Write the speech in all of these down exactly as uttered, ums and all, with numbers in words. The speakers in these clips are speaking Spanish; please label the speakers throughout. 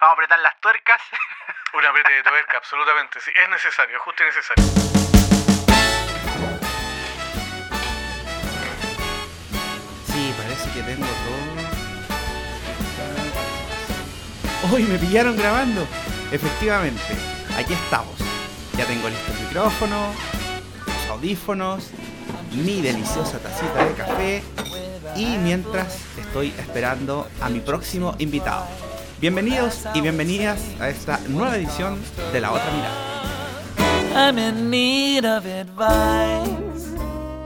Speaker 1: Vamos a apretar las tuercas.
Speaker 2: Un apriete de tuerca, absolutamente. Sí, es necesario, es justo y necesario.
Speaker 3: Sí, parece que tengo todo. ¡Uy, me pillaron grabando! Efectivamente, aquí estamos. Ya tengo listo el micrófono, los audífonos, mi deliciosa tacita de café y mientras estoy esperando a mi próximo invitado. Bienvenidos y bienvenidas a esta nueva edición de La Otra Mirada.
Speaker 4: I'm in need of advice.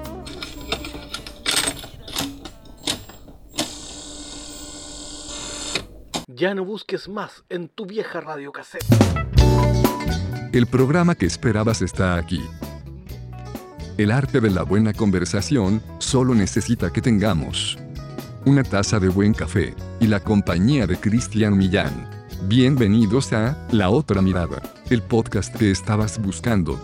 Speaker 2: Ya no busques más en tu vieja radiocassette.
Speaker 5: El programa que esperabas está aquí. El arte de la buena conversación solo necesita que tengamos una taza de buen café y la compañía de Cristian Millán. Bienvenidos a La Otra Mirada, el podcast que estabas buscando.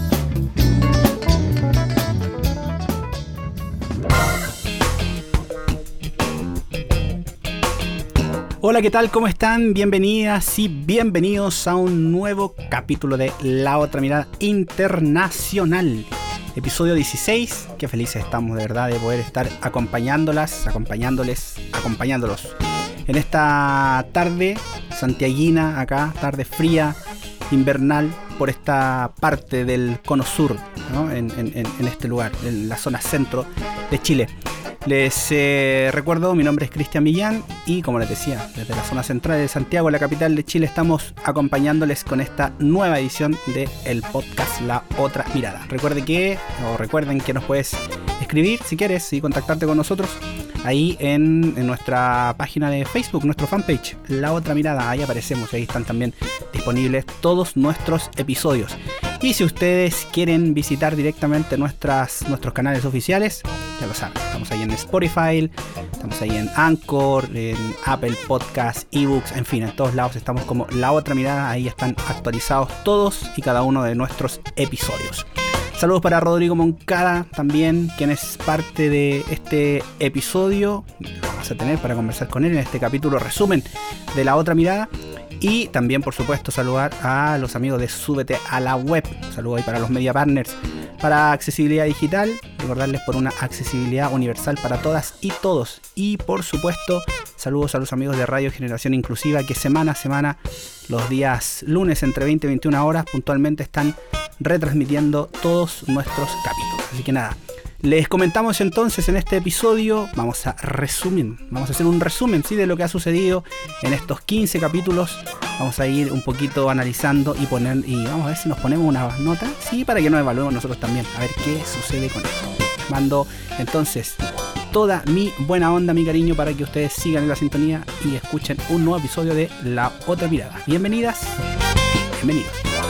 Speaker 3: Hola, ¿qué tal? ¿Cómo están? Bienvenidas y bienvenidos a un nuevo capítulo de La Otra Mirada Internacional. Episodio dieciséis, qué felices estamos de verdad de poder estar acompañándolas, acompañándoles, acompañándolos en esta tarde santiaguina acá, tarde fría, invernal, por esta parte del cono sur, ¿no? en, en, en este lugar, en la zona centro de Chile. Les eh, recuerdo, mi nombre es Cristian Millán y como les decía, desde la zona central de Santiago, la capital de Chile, estamos acompañándoles con esta nueva edición del podcast La Otra Mirada. Recuerde que, o recuerden que nos puedes escribir si quieres y contactarte con nosotros ahí en, en nuestra página de Facebook, nuestro fanpage, La Otra Mirada. Ahí aparecemos, ahí están también disponibles todos nuestros episodios. Y si ustedes quieren visitar directamente nuestras, nuestros canales oficiales, ya lo saben, estamos ahí en Spotify, estamos ahí en Anchor, en Apple Podcasts, eBooks, en fin, en todos lados estamos como La Otra Mirada. Ahí están actualizados todos y cada uno de nuestros episodios. Saludos para Rodrigo Moncada también, quien es parte de este episodio. Lo vamos a tener para conversar con él en este capítulo resumen de La Otra Mirada. Y también, por supuesto, saludar a los amigos de Súbete a la Web. Saludos ahí para los media partners para accesibilidad digital. Recordarles por una accesibilidad universal para todas y todos. Y, por supuesto, saludos a los amigos de Radio Generación Inclusiva que semana a semana, los días lunes entre veinte y veintiuna horas, puntualmente están retransmitiendo todos nuestros capítulos. Así que nada, les comentamos entonces en este episodio, vamos a resumir, vamos a hacer un resumen, ¿sí?, de lo que ha sucedido en estos quince capítulos. Vamos a ir un poquito analizando y poner y vamos a ver si nos ponemos una nota, sí, para que nos evaluemos nosotros también, a ver qué sucede con esto. Mando entonces toda mi buena onda, mi cariño, para que ustedes sigan en la sintonía y escuchen un nuevo episodio de La Otra Mirada. Bienvenidas, bienvenidos.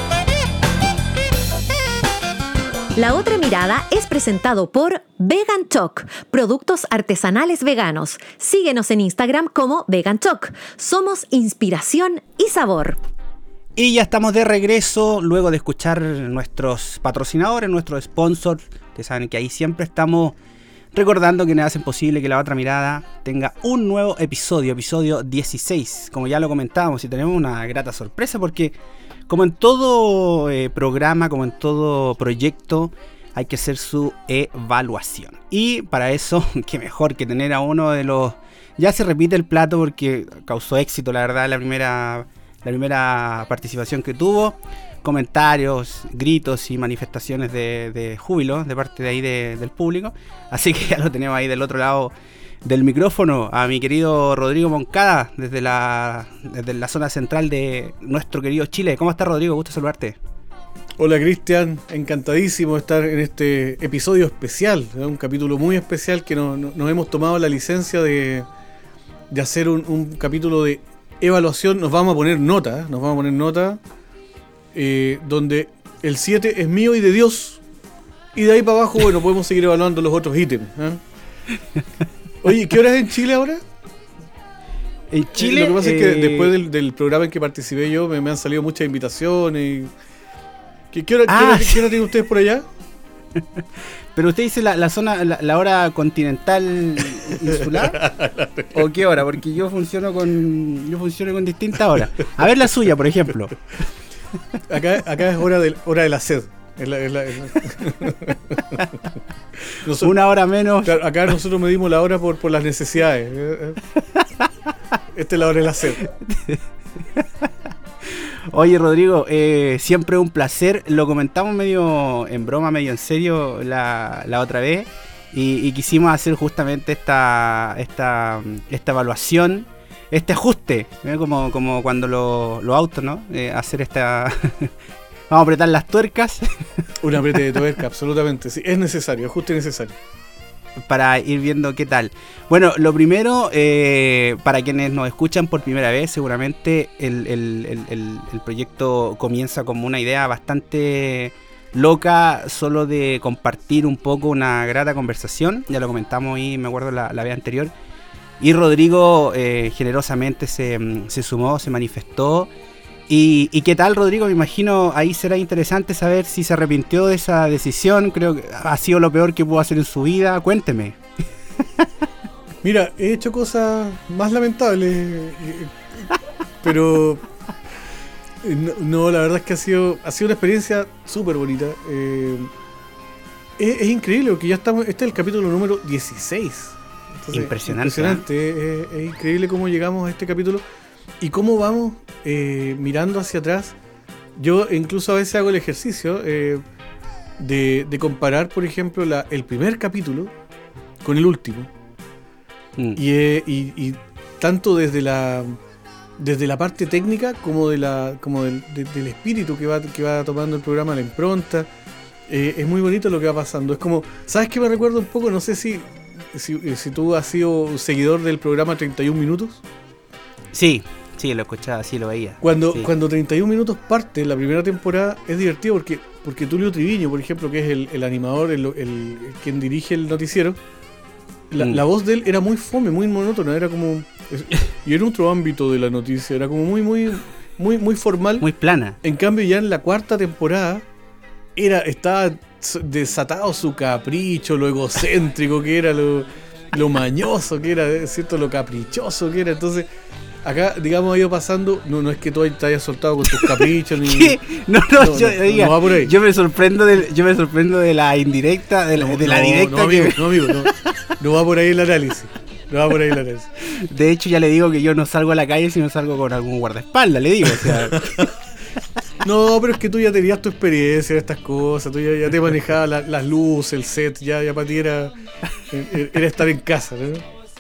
Speaker 6: La Otra Mirada es presentado por Vegan Choc, productos artesanales veganos. Síguenos en Instagram como Vegan Choc. Somos inspiración y sabor.
Speaker 3: Y ya estamos de regreso luego de escuchar nuestros patrocinadores, nuestros sponsors. Ustedes saben que ahí siempre estamos recordando que nos hacen posible que La Otra Mirada tenga un nuevo episodio, episodio dieciséis. Como ya lo comentábamos, y tenemos una grata sorpresa porque, como en todo eh, programa, como en todo proyecto, hay que hacer su evaluación. Y para eso, qué mejor que tener a uno de los... Ya se repite el plato porque causó éxito, la verdad, la primera, la primera participación que tuvo. Comentarios, gritos y manifestaciones de, de júbilo de parte de ahí de, del público. Así que ya lo tenemos ahí del otro lado del micrófono a mi querido Rodrigo Moncada desde la, desde la zona central de nuestro querido Chile. ¿Cómo estás, Rodrigo? Gusto saludarte.
Speaker 2: Hola, Cristian, encantadísimo de estar en este episodio especial, ¿no? Un capítulo muy especial que no, no, nos hemos tomado la licencia de, de hacer un, un capítulo de evaluación. Nos vamos a poner nota, ¿eh? nos vamos a poner nota eh, donde el siete es mío y de Dios, y de ahí para abajo, bueno, podemos seguir evaluando los otros ítems, ¿eh? Oye, ¿qué hora es en Chile ahora?
Speaker 3: En Chile...
Speaker 2: Eh, lo que pasa
Speaker 3: eh...
Speaker 2: es que después del, del programa en que participé yo, me, me han salido muchas invitaciones. ¿Qué, qué, hora,
Speaker 3: ah,
Speaker 2: ¿qué, hora,
Speaker 3: sí.
Speaker 2: ¿Qué hora tienen ustedes por allá?
Speaker 3: Pero usted dice la, la zona, la, la hora continental insular, ¿o qué hora? Porque yo funciono con yo funciono con distintas horas. A ver la suya, por ejemplo.
Speaker 2: Acá, acá es hora de, hora de la sed. Es la, es la, es la... Nosotros,
Speaker 3: una hora menos.
Speaker 2: Claro, acá nosotros medimos la hora por, por las necesidades. Esta es la hora de la sed.
Speaker 3: Oye, Rodrigo, eh, siempre un placer. Lo comentamos medio en broma, medio en serio la, la otra vez. Y, y quisimos hacer justamente esta, esta, esta evaluación, este ajuste, ¿eh? como, como cuando los lo autos, ¿no? Eh, hacer esta... Vamos a apretar las tuercas.
Speaker 2: Un apriete de tuerca, absolutamente. Sí, es necesario, ajuste necesario.
Speaker 3: Para ir viendo qué tal. Bueno, lo primero, eh, para quienes nos escuchan por primera vez, seguramente el, el, el, el, el proyecto comienza como una idea bastante loca, solo de compartir un poco una grata conversación. Ya lo comentamos ahí, me acuerdo la, la vez anterior. Y Rodrigo eh, generosamente se, se sumó, se manifestó. Y, ¿Y qué tal, Rodrigo? Me imagino ahí será interesante saber si se arrepintió de esa decisión. Creo que ha sido lo peor que pudo hacer en su vida. Cuénteme.
Speaker 2: Mira, he hecho cosas más lamentables, pero no, no, la verdad es que ha sido, ha sido una experiencia súper bonita. Eh, es, es increíble porque ya estamos, este es el capítulo número dieciséis. Entonces,
Speaker 3: impresionante.
Speaker 2: Impresionante. ¿eh? Es, es increíble cómo llegamos a este capítulo. Y cómo vamos eh, mirando hacia atrás. Yo incluso a veces hago el ejercicio eh, de, de comparar, por ejemplo, la, el primer capítulo con el último. Mm. Y, eh, y, y tanto desde la desde la parte técnica como de la como del, de, del espíritu que va, que va tomando el programa, la impronta. Eh, es muy bonito lo que va pasando. Es como, ¿sabes qué me recuerda un poco? No sé si, si, si tú has sido seguidor del programa treinta y un minutos.
Speaker 3: Sí, sí, lo escuchaba, sí, lo veía.
Speaker 2: Cuando,
Speaker 3: sí.
Speaker 2: cuando treinta y un minutos parte la primera temporada, es divertido porque, porque Tulio Triviño, por ejemplo, que es el, el animador, el, el, el quien dirige el noticiero, la, mm. la voz de él era muy fome, muy monótona, era como... Y era otro ámbito de la noticia, era como muy, muy, muy, muy formal.
Speaker 3: Muy plana.
Speaker 2: En cambio, ya en la cuarta temporada, era estaba desatado su capricho, lo egocéntrico que era, lo, lo mañoso que era, ¿cierto? Lo caprichoso que era, entonces... Acá, digamos, ha ido pasando. No, no es que tú te hayas soltado con tus caprichos ni.
Speaker 3: ¿Qué? No, no, no, yo,
Speaker 2: no,
Speaker 3: diga,
Speaker 2: no va por ahí.
Speaker 3: Yo me sorprendo de, yo me sorprendo de la indirecta, de la,
Speaker 2: no,
Speaker 3: de la
Speaker 2: no,
Speaker 3: directa.
Speaker 2: No, amigo,
Speaker 3: que...
Speaker 2: no, amigo, no. No va por ahí el análisis. No va por ahí el análisis.
Speaker 3: De hecho, ya le digo que yo no salgo a la calle si no salgo con algún guardaespaldas, le digo. O sea.
Speaker 2: No, pero es que tú ya tenías tu experiencia en estas cosas. Tú ya, ya te manejabas la, las luces, el set. Ya, ya para ti era, era estar en casa, ¿no?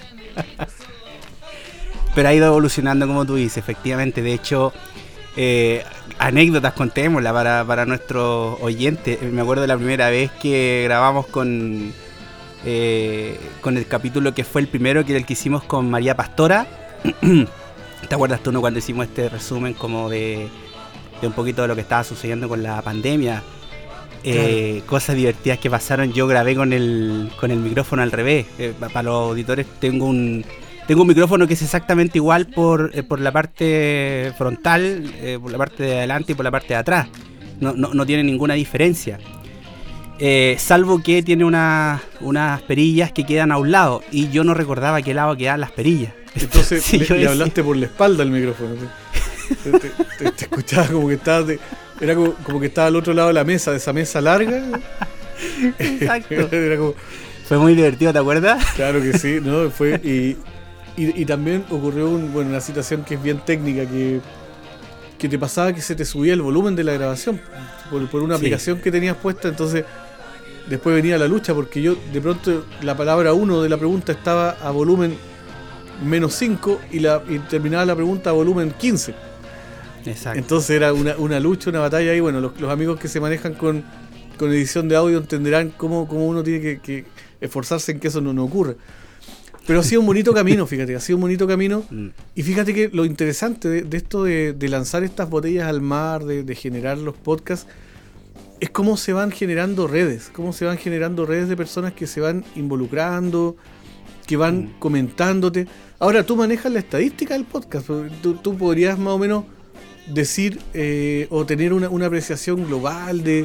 Speaker 3: Pero ha ido evolucionando, como tú dices, efectivamente. De hecho, eh, anécdotas, contémosla para, para nuestros oyentes. Me acuerdo de la primera vez que grabamos con, eh, con el capítulo que fue el primero, que era el que hicimos con María Pastora. ¿Te acuerdas tú, no, cuando hicimos este resumen como de, de un poquito de lo que estaba sucediendo con la pandemia? Eh, claro. Cosas divertidas que pasaron. Yo grabé con el, con el micrófono al revés. Eh, para los auditores tengo un... Tengo un micrófono que es exactamente igual por, eh, por la parte frontal, eh, por la parte de adelante y por la parte de atrás. No, no, no tiene ninguna diferencia. Eh, salvo que tiene una, unas perillas que quedan a un lado. Y yo no recordaba a qué lado quedaban las perillas.
Speaker 2: Entonces
Speaker 3: sí,
Speaker 2: le, le hablaste por la espalda al micrófono. Te, te, te, te escuchaba como que estabas de, era como, como que estaba al otro lado de la mesa, de esa mesa larga.
Speaker 3: Exacto.
Speaker 2: Era como,
Speaker 3: fue muy divertido, ¿te acuerdas?
Speaker 2: Claro que sí, ¿no? Fue y Y, y también ocurrió un, bueno, una situación que es bien técnica, que, que te pasaba que se te subía el volumen de la grabación por, por una sí. aplicación que tenías puesta. Entonces después venía la lucha, porque yo de pronto la palabra uno de la pregunta estaba a volumen menos cinco y, la, y terminaba la pregunta a volumen quince.
Speaker 3: Exacto.
Speaker 2: Entonces era una, una lucha, una batalla. Y bueno, los, los amigos que se manejan con, con edición de audio entenderán cómo, cómo uno tiene que, que esforzarse en que eso no, no ocurra. Pero ha sido un bonito camino, fíjate, ha sido un bonito camino. Mm. Y fíjate que lo interesante de, de esto de, de lanzar estas botellas al mar, de, de generar los podcasts, es cómo se van generando redes, cómo se van generando redes de personas que se van involucrando, que van mm. comentándote. Ahora, tú manejas la estadística del podcast, tú, tú podrías más o menos decir eh, o tener una, una apreciación global de,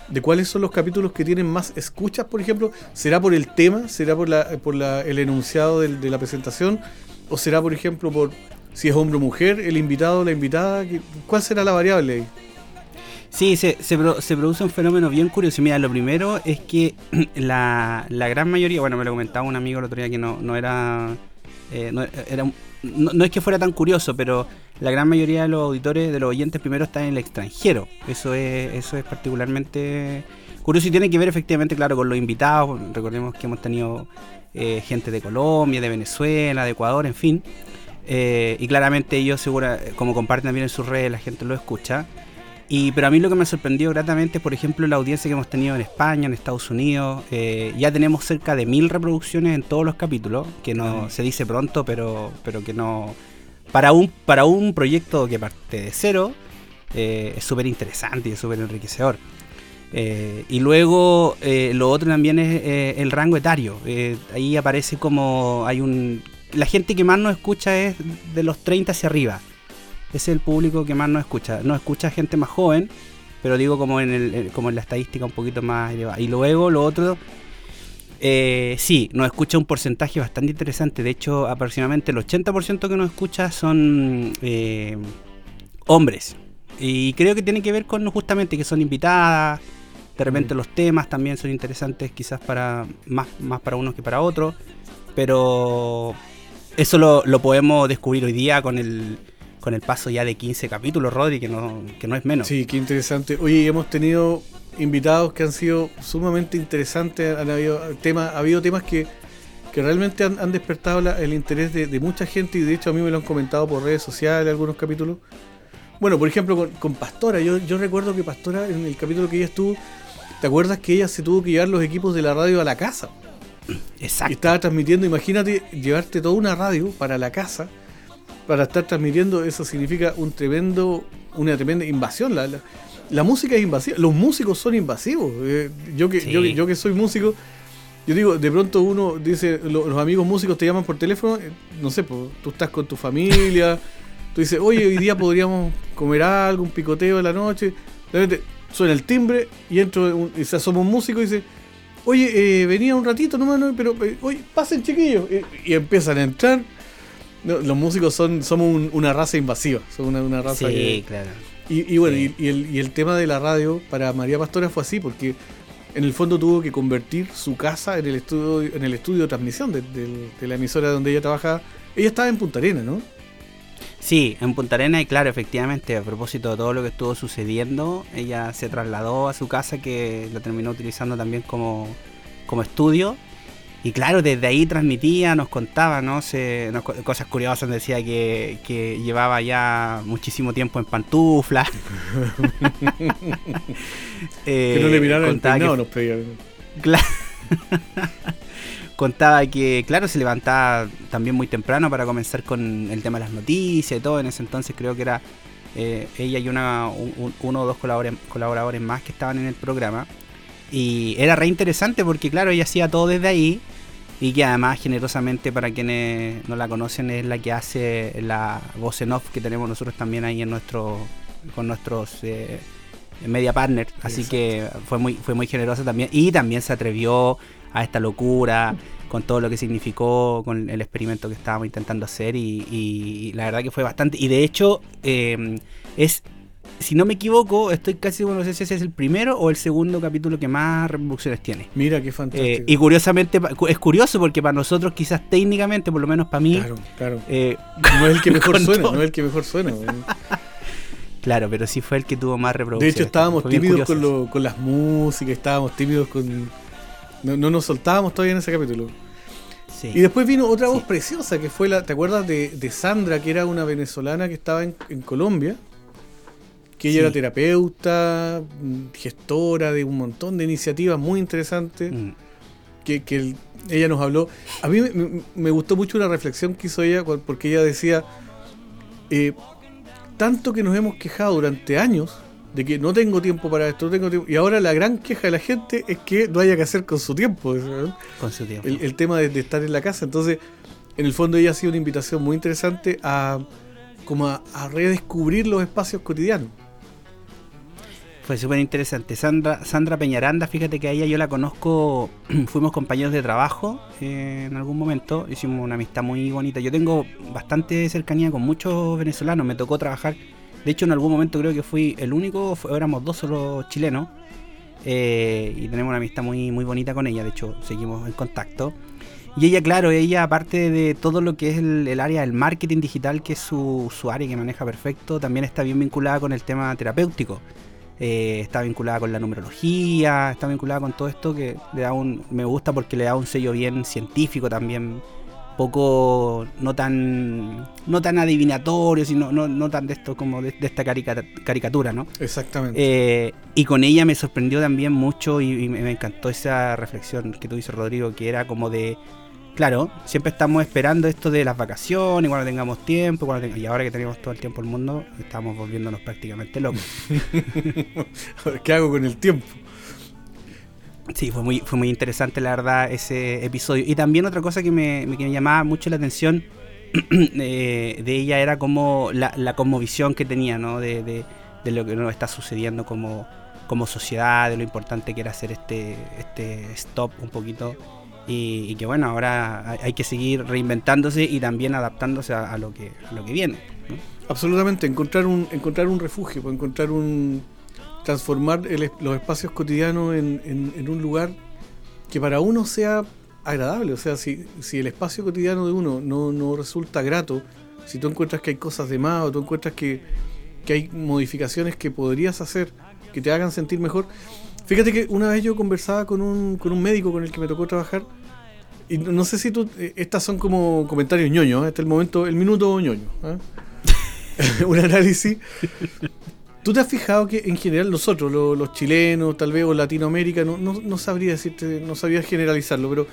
Speaker 2: de cuáles son los capítulos que tienen más escuchas, por ejemplo? ¿Será por el tema? ¿Será por la por la, el enunciado del, de la presentación? ¿O será, por ejemplo, por si es hombre o mujer, el invitado o la invitada? ¿Cuál será la variable ahí?
Speaker 3: Sí, se, se, se produce un fenómeno bien curioso. Mira, lo primero es que la, la gran mayoría, bueno, me lo comentaba un amigo el otro día que no, no era... Eh, no, era no, no es que fuera tan curioso, pero la gran mayoría de los auditores, de los oyentes primero están en el extranjero. Eso es, eso es particularmente curioso y tiene que ver efectivamente, claro, con los invitados. Recordemos que hemos tenido eh, gente de Colombia, de Venezuela, de Ecuador, en fin. Eh, y claramente ellos, segura, como comparten también en sus redes, la gente lo escucha. Y, pero a mí lo que me ha sorprendido gratamente es, por ejemplo, la audiencia que hemos tenido en España, en Estados Unidos. Eh, ya tenemos cerca de mil reproducciones en todos los capítulos, que no se dice pronto, pero, pero que no... Para un, para un proyecto que parte de cero, eh, es súper interesante y es súper enriquecedor. Eh, y luego, eh, lo otro también es eh, el rango etario. Eh, ahí aparece como hay un... La gente que más nos escucha es de los treinta hacia arriba. Ese es el público que más nos escucha. No escucha gente más joven, pero digo como en el como en la estadística un poquito más elevada. Y luego lo otro, eh, sí, nos escucha un porcentaje bastante interesante. De hecho, aproximadamente el ochenta por ciento que nos escucha son eh, hombres. Y creo que tiene que ver con justamente que son invitadas. De repente mm. los temas también son interesantes, quizás para más, más para unos que para otros. Pero eso lo, lo podemos descubrir hoy día con el... con el paso ya de quince capítulos, Rodri, que no, que no es menos.
Speaker 2: Sí, qué interesante. Oye, hemos tenido invitados que han sido sumamente interesantes, han habido temas, ha habido temas que, que realmente han, han despertado la, el interés de, de mucha gente, y de hecho a mí me lo han comentado por redes sociales algunos capítulos. Bueno, por ejemplo, con, con Pastora, yo, yo recuerdo que Pastora, en el capítulo que ella estuvo, ¿te acuerdas que ella se tuvo que llevar los equipos de la radio a la casa?
Speaker 3: Exacto.
Speaker 2: Y estaba transmitiendo, imagínate, llevarte toda una radio para la casa, para estar transmitiendo. Eso significa un tremendo, una tremenda invasión. La, la, la música es invasiva, los músicos son invasivos. Eh, yo, que, sí. yo, yo que soy músico, yo digo, de pronto uno dice, lo, los amigos músicos te llaman por teléfono, eh, no sé, pues, tú estás con tu familia, tú dices, oye, hoy día podríamos comer algo, un picoteo de la noche, de repente suena el timbre y entro, un, y se asoma un músico y dice, oye, eh, venía un ratito nomás, no, pero, eh, oye, pasen chiquillos, eh, y empiezan a entrar. No, los músicos son somos un, una raza invasiva, son una, una raza
Speaker 3: sí,
Speaker 2: que...
Speaker 3: claro.
Speaker 2: Y, y bueno,
Speaker 3: sí.
Speaker 2: y, y, el, y el tema de la radio para María Pastora fue así, porque en el fondo tuvo que convertir su casa en el estudio en el estudio de transmisión de, de, de la emisora donde ella trabajaba. Ella estaba en Punta Arenas, ¿no?
Speaker 3: Sí, en Punta Arenas, y claro, efectivamente, a propósito de todo lo que estuvo sucediendo, ella se trasladó a su casa, que la terminó utilizando también como, como estudio. Y claro, desde ahí transmitía, nos contaba, ¿no? Se, nos, cosas curiosas, decía que, que llevaba ya muchísimo tiempo en pantuflas.
Speaker 2: eh, que no le miraran el peinado, nos pedían.
Speaker 3: Claro. Contaba que, claro, se levantaba también muy temprano para comenzar con el tema de las noticias y todo. En ese entonces creo que era eh, ella y una, un, uno o dos colaboradores, colaboradores más que estaban en el programa. Y era re interesante porque, claro, ella hacía todo desde ahí. Y que además, generosamente, para quienes no la conocen, es la que hace la voz en off que tenemos nosotros también ahí en nuestro con nuestros eh, media partners. Así Exacto. que fue muy fue muy generosa también. Y también se atrevió a esta locura, con todo lo que significó, con el experimento que estábamos intentando hacer. Y, y la verdad que fue bastante. Y de hecho, eh, es... Si no me equivoco, estoy casi seguro, no sé si ese es el primero o el segundo capítulo que más reproducciones tiene.
Speaker 2: Mira qué fantástico.
Speaker 3: Eh, y curiosamente, es curioso porque para nosotros quizás técnicamente, por lo menos para mí...
Speaker 2: Claro, claro.
Speaker 3: Eh,
Speaker 2: no es el que mejor suena, no es el que mejor suena.
Speaker 3: Claro, pero sí fue el que tuvo más reproducciones.
Speaker 2: De hecho, estábamos tímidos con, lo, con las músicas, estábamos tímidos con... No, no nos soltábamos todavía en ese capítulo. Sí. Y después vino otra voz sí. preciosa, que fue la... ¿Te acuerdas de, de Sandra, que era una venezolana que estaba en, en Colombia? Que ella sí. era terapeuta, gestora de un montón de iniciativas muy interesantes, mm. que, que el, ella nos habló. A mí me, me gustó mucho una reflexión que hizo ella, porque ella decía, eh, tanto que nos hemos quejado durante años de que no tengo tiempo para esto, no tengo tiempo, y ahora la gran queja de la gente es que no haya que hacer con su tiempo, ¿sabes?
Speaker 3: Con su tiempo.
Speaker 2: El, el tema de, de estar en la casa. Entonces, en el fondo ella ha sido una invitación muy interesante a, como a, a redescubrir los espacios cotidianos.
Speaker 3: Fue súper interesante. Sandra, Sandra Peñaranda, fíjate que a ella yo la conozco, fuimos compañeros de trabajo eh, en algún momento, hicimos una amistad muy bonita. Yo tengo bastante cercanía con muchos venezolanos, me tocó trabajar, de hecho en algún momento creo que fui el único, fue, éramos dos solo chilenos, eh, y tenemos una amistad muy, muy bonita con ella, de hecho seguimos en contacto. Y ella, claro, ella aparte de todo lo que es el, el área del marketing digital, que es su, su área que maneja perfecto, también está bien vinculada con el tema terapéutico. Eh, está vinculada con la numerología, está vinculada con todo esto que le da un, me gusta porque le da un sello bien científico también, poco, no tan no tan adivinatorio, sino no, no tan de esto como de, de esta carica, caricatura, ¿no?
Speaker 2: Exactamente.
Speaker 3: Eh, y con ella me sorprendió también mucho y, y me, me encantó esa reflexión que tú dices, Rodrigo, que era como de, claro, siempre estamos esperando esto de las vacaciones, cuando tengamos tiempo, cuando teng- y ahora que tenemos todo el tiempo del mundo, estamos volviéndonos prácticamente locos.
Speaker 2: ¿Qué hago con el tiempo?
Speaker 3: Sí, fue muy, fue muy interesante la verdad ese episodio. Y también otra cosa que me, que me llamaba mucho la atención eh, de ella era como la, la cosmovisión que tenía, ¿no? De, de, de lo que nos está sucediendo como, como sociedad, de lo importante que era hacer este, este stop un poquito. Y, y que bueno, ahora hay que seguir reinventándose y también adaptándose a, a lo que a lo que viene, ¿no?
Speaker 2: Absolutamente, encontrar un encontrar un refugio, encontrar un transformar el, los espacios cotidianos en, en, en un lugar que para uno sea agradable. O sea, si, si el espacio cotidiano de uno no, no resulta grato, si tú encuentras que hay cosas de más o tú encuentras que, que hay modificaciones que podrías hacer que te hagan sentir mejor. Fíjate que una vez yo conversaba con un, con un médico con el que me tocó trabajar y no, no sé si tú, eh, estas son como comentarios ñoños, ¿eh? Este es el momento, el minuto ñoño, ¿eh? Un análisis. ¿Tú te has fijado que en general nosotros, los, los chilenos, tal vez o Latinoamérica, no, no, no sabría decirte, no sabría generalizarlo, pero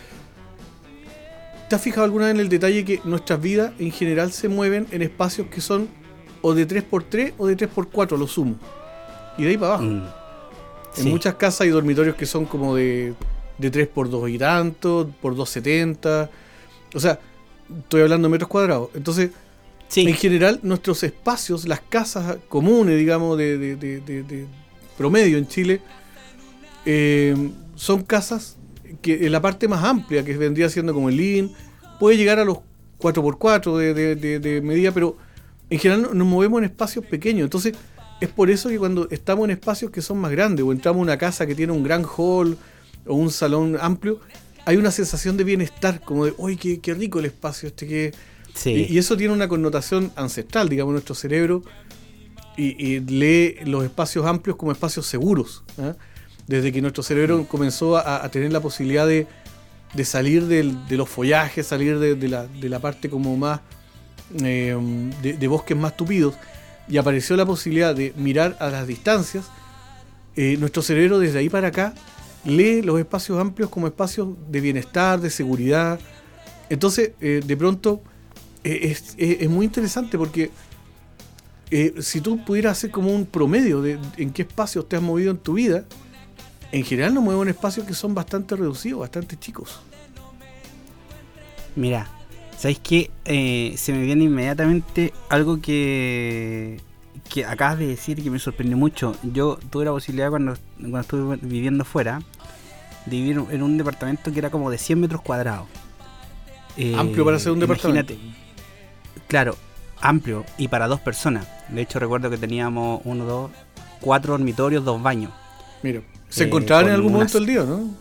Speaker 2: ¿te has fijado alguna vez en el detalle que nuestras vidas en general se mueven en espacios que son o de tres por tres o de tres por cuatro a lo sumo? Y de ahí para abajo.
Speaker 3: Mm.
Speaker 2: En
Speaker 3: Sí.
Speaker 2: muchas casas hay dormitorios que son como de, de tres por dos y tanto, por dos setenta. O sea, estoy hablando de metros cuadrados. Entonces,
Speaker 3: Sí.
Speaker 2: en general, nuestros espacios, las casas comunes, digamos, de, de, de, de, de promedio en Chile, eh, son casas que en la parte más amplia, que vendría siendo como el living, puede llegar a los cuatro por cuatro de, de, de, de medida, pero en general nos movemos en espacios pequeños. Entonces, es por eso que cuando estamos en espacios que son más grandes, o entramos a una casa que tiene un gran hall o un salón amplio, hay una sensación de bienestar, como de, ¡uy, qué, qué rico el espacio este que...
Speaker 3: Sí.
Speaker 2: Y, y eso tiene una connotación ancestral, digamos, nuestro cerebro y, y lee los espacios amplios como espacios seguros, ¿eh? Desde que nuestro cerebro comenzó a, a tener la posibilidad de, de salir del, de los follajes, salir de, de, la, de la parte como más eh, de, de bosques más tupidos, y apareció la posibilidad de mirar a las distancias, eh, nuestro cerebro desde ahí para acá lee los espacios amplios como espacios de bienestar, de seguridad. Entonces, eh, de pronto, eh, es, es, es muy interesante porque eh, si tú pudieras hacer como un promedio de en qué espacios te has movido en tu vida, en general nos movemos en espacios que son bastante reducidos, bastante chicos.
Speaker 3: Mira, ¿sabéis qué? Eh, se me viene inmediatamente algo que, que acabas de decir que me sorprendió mucho. Yo tuve la posibilidad cuando, cuando estuve viviendo fuera de vivir en un departamento que era como de cien metros cuadrados. Eh,
Speaker 2: Amplio para ser un departamento.
Speaker 3: imagínate. Claro, amplio y para dos personas. De hecho recuerdo que teníamos uno, dos, cuatro dormitorios, dos baños.
Speaker 2: Mira, se
Speaker 3: Eh,
Speaker 2: encontraban en
Speaker 3: con
Speaker 2: algún
Speaker 3: unas-
Speaker 2: momento del día, ¿no?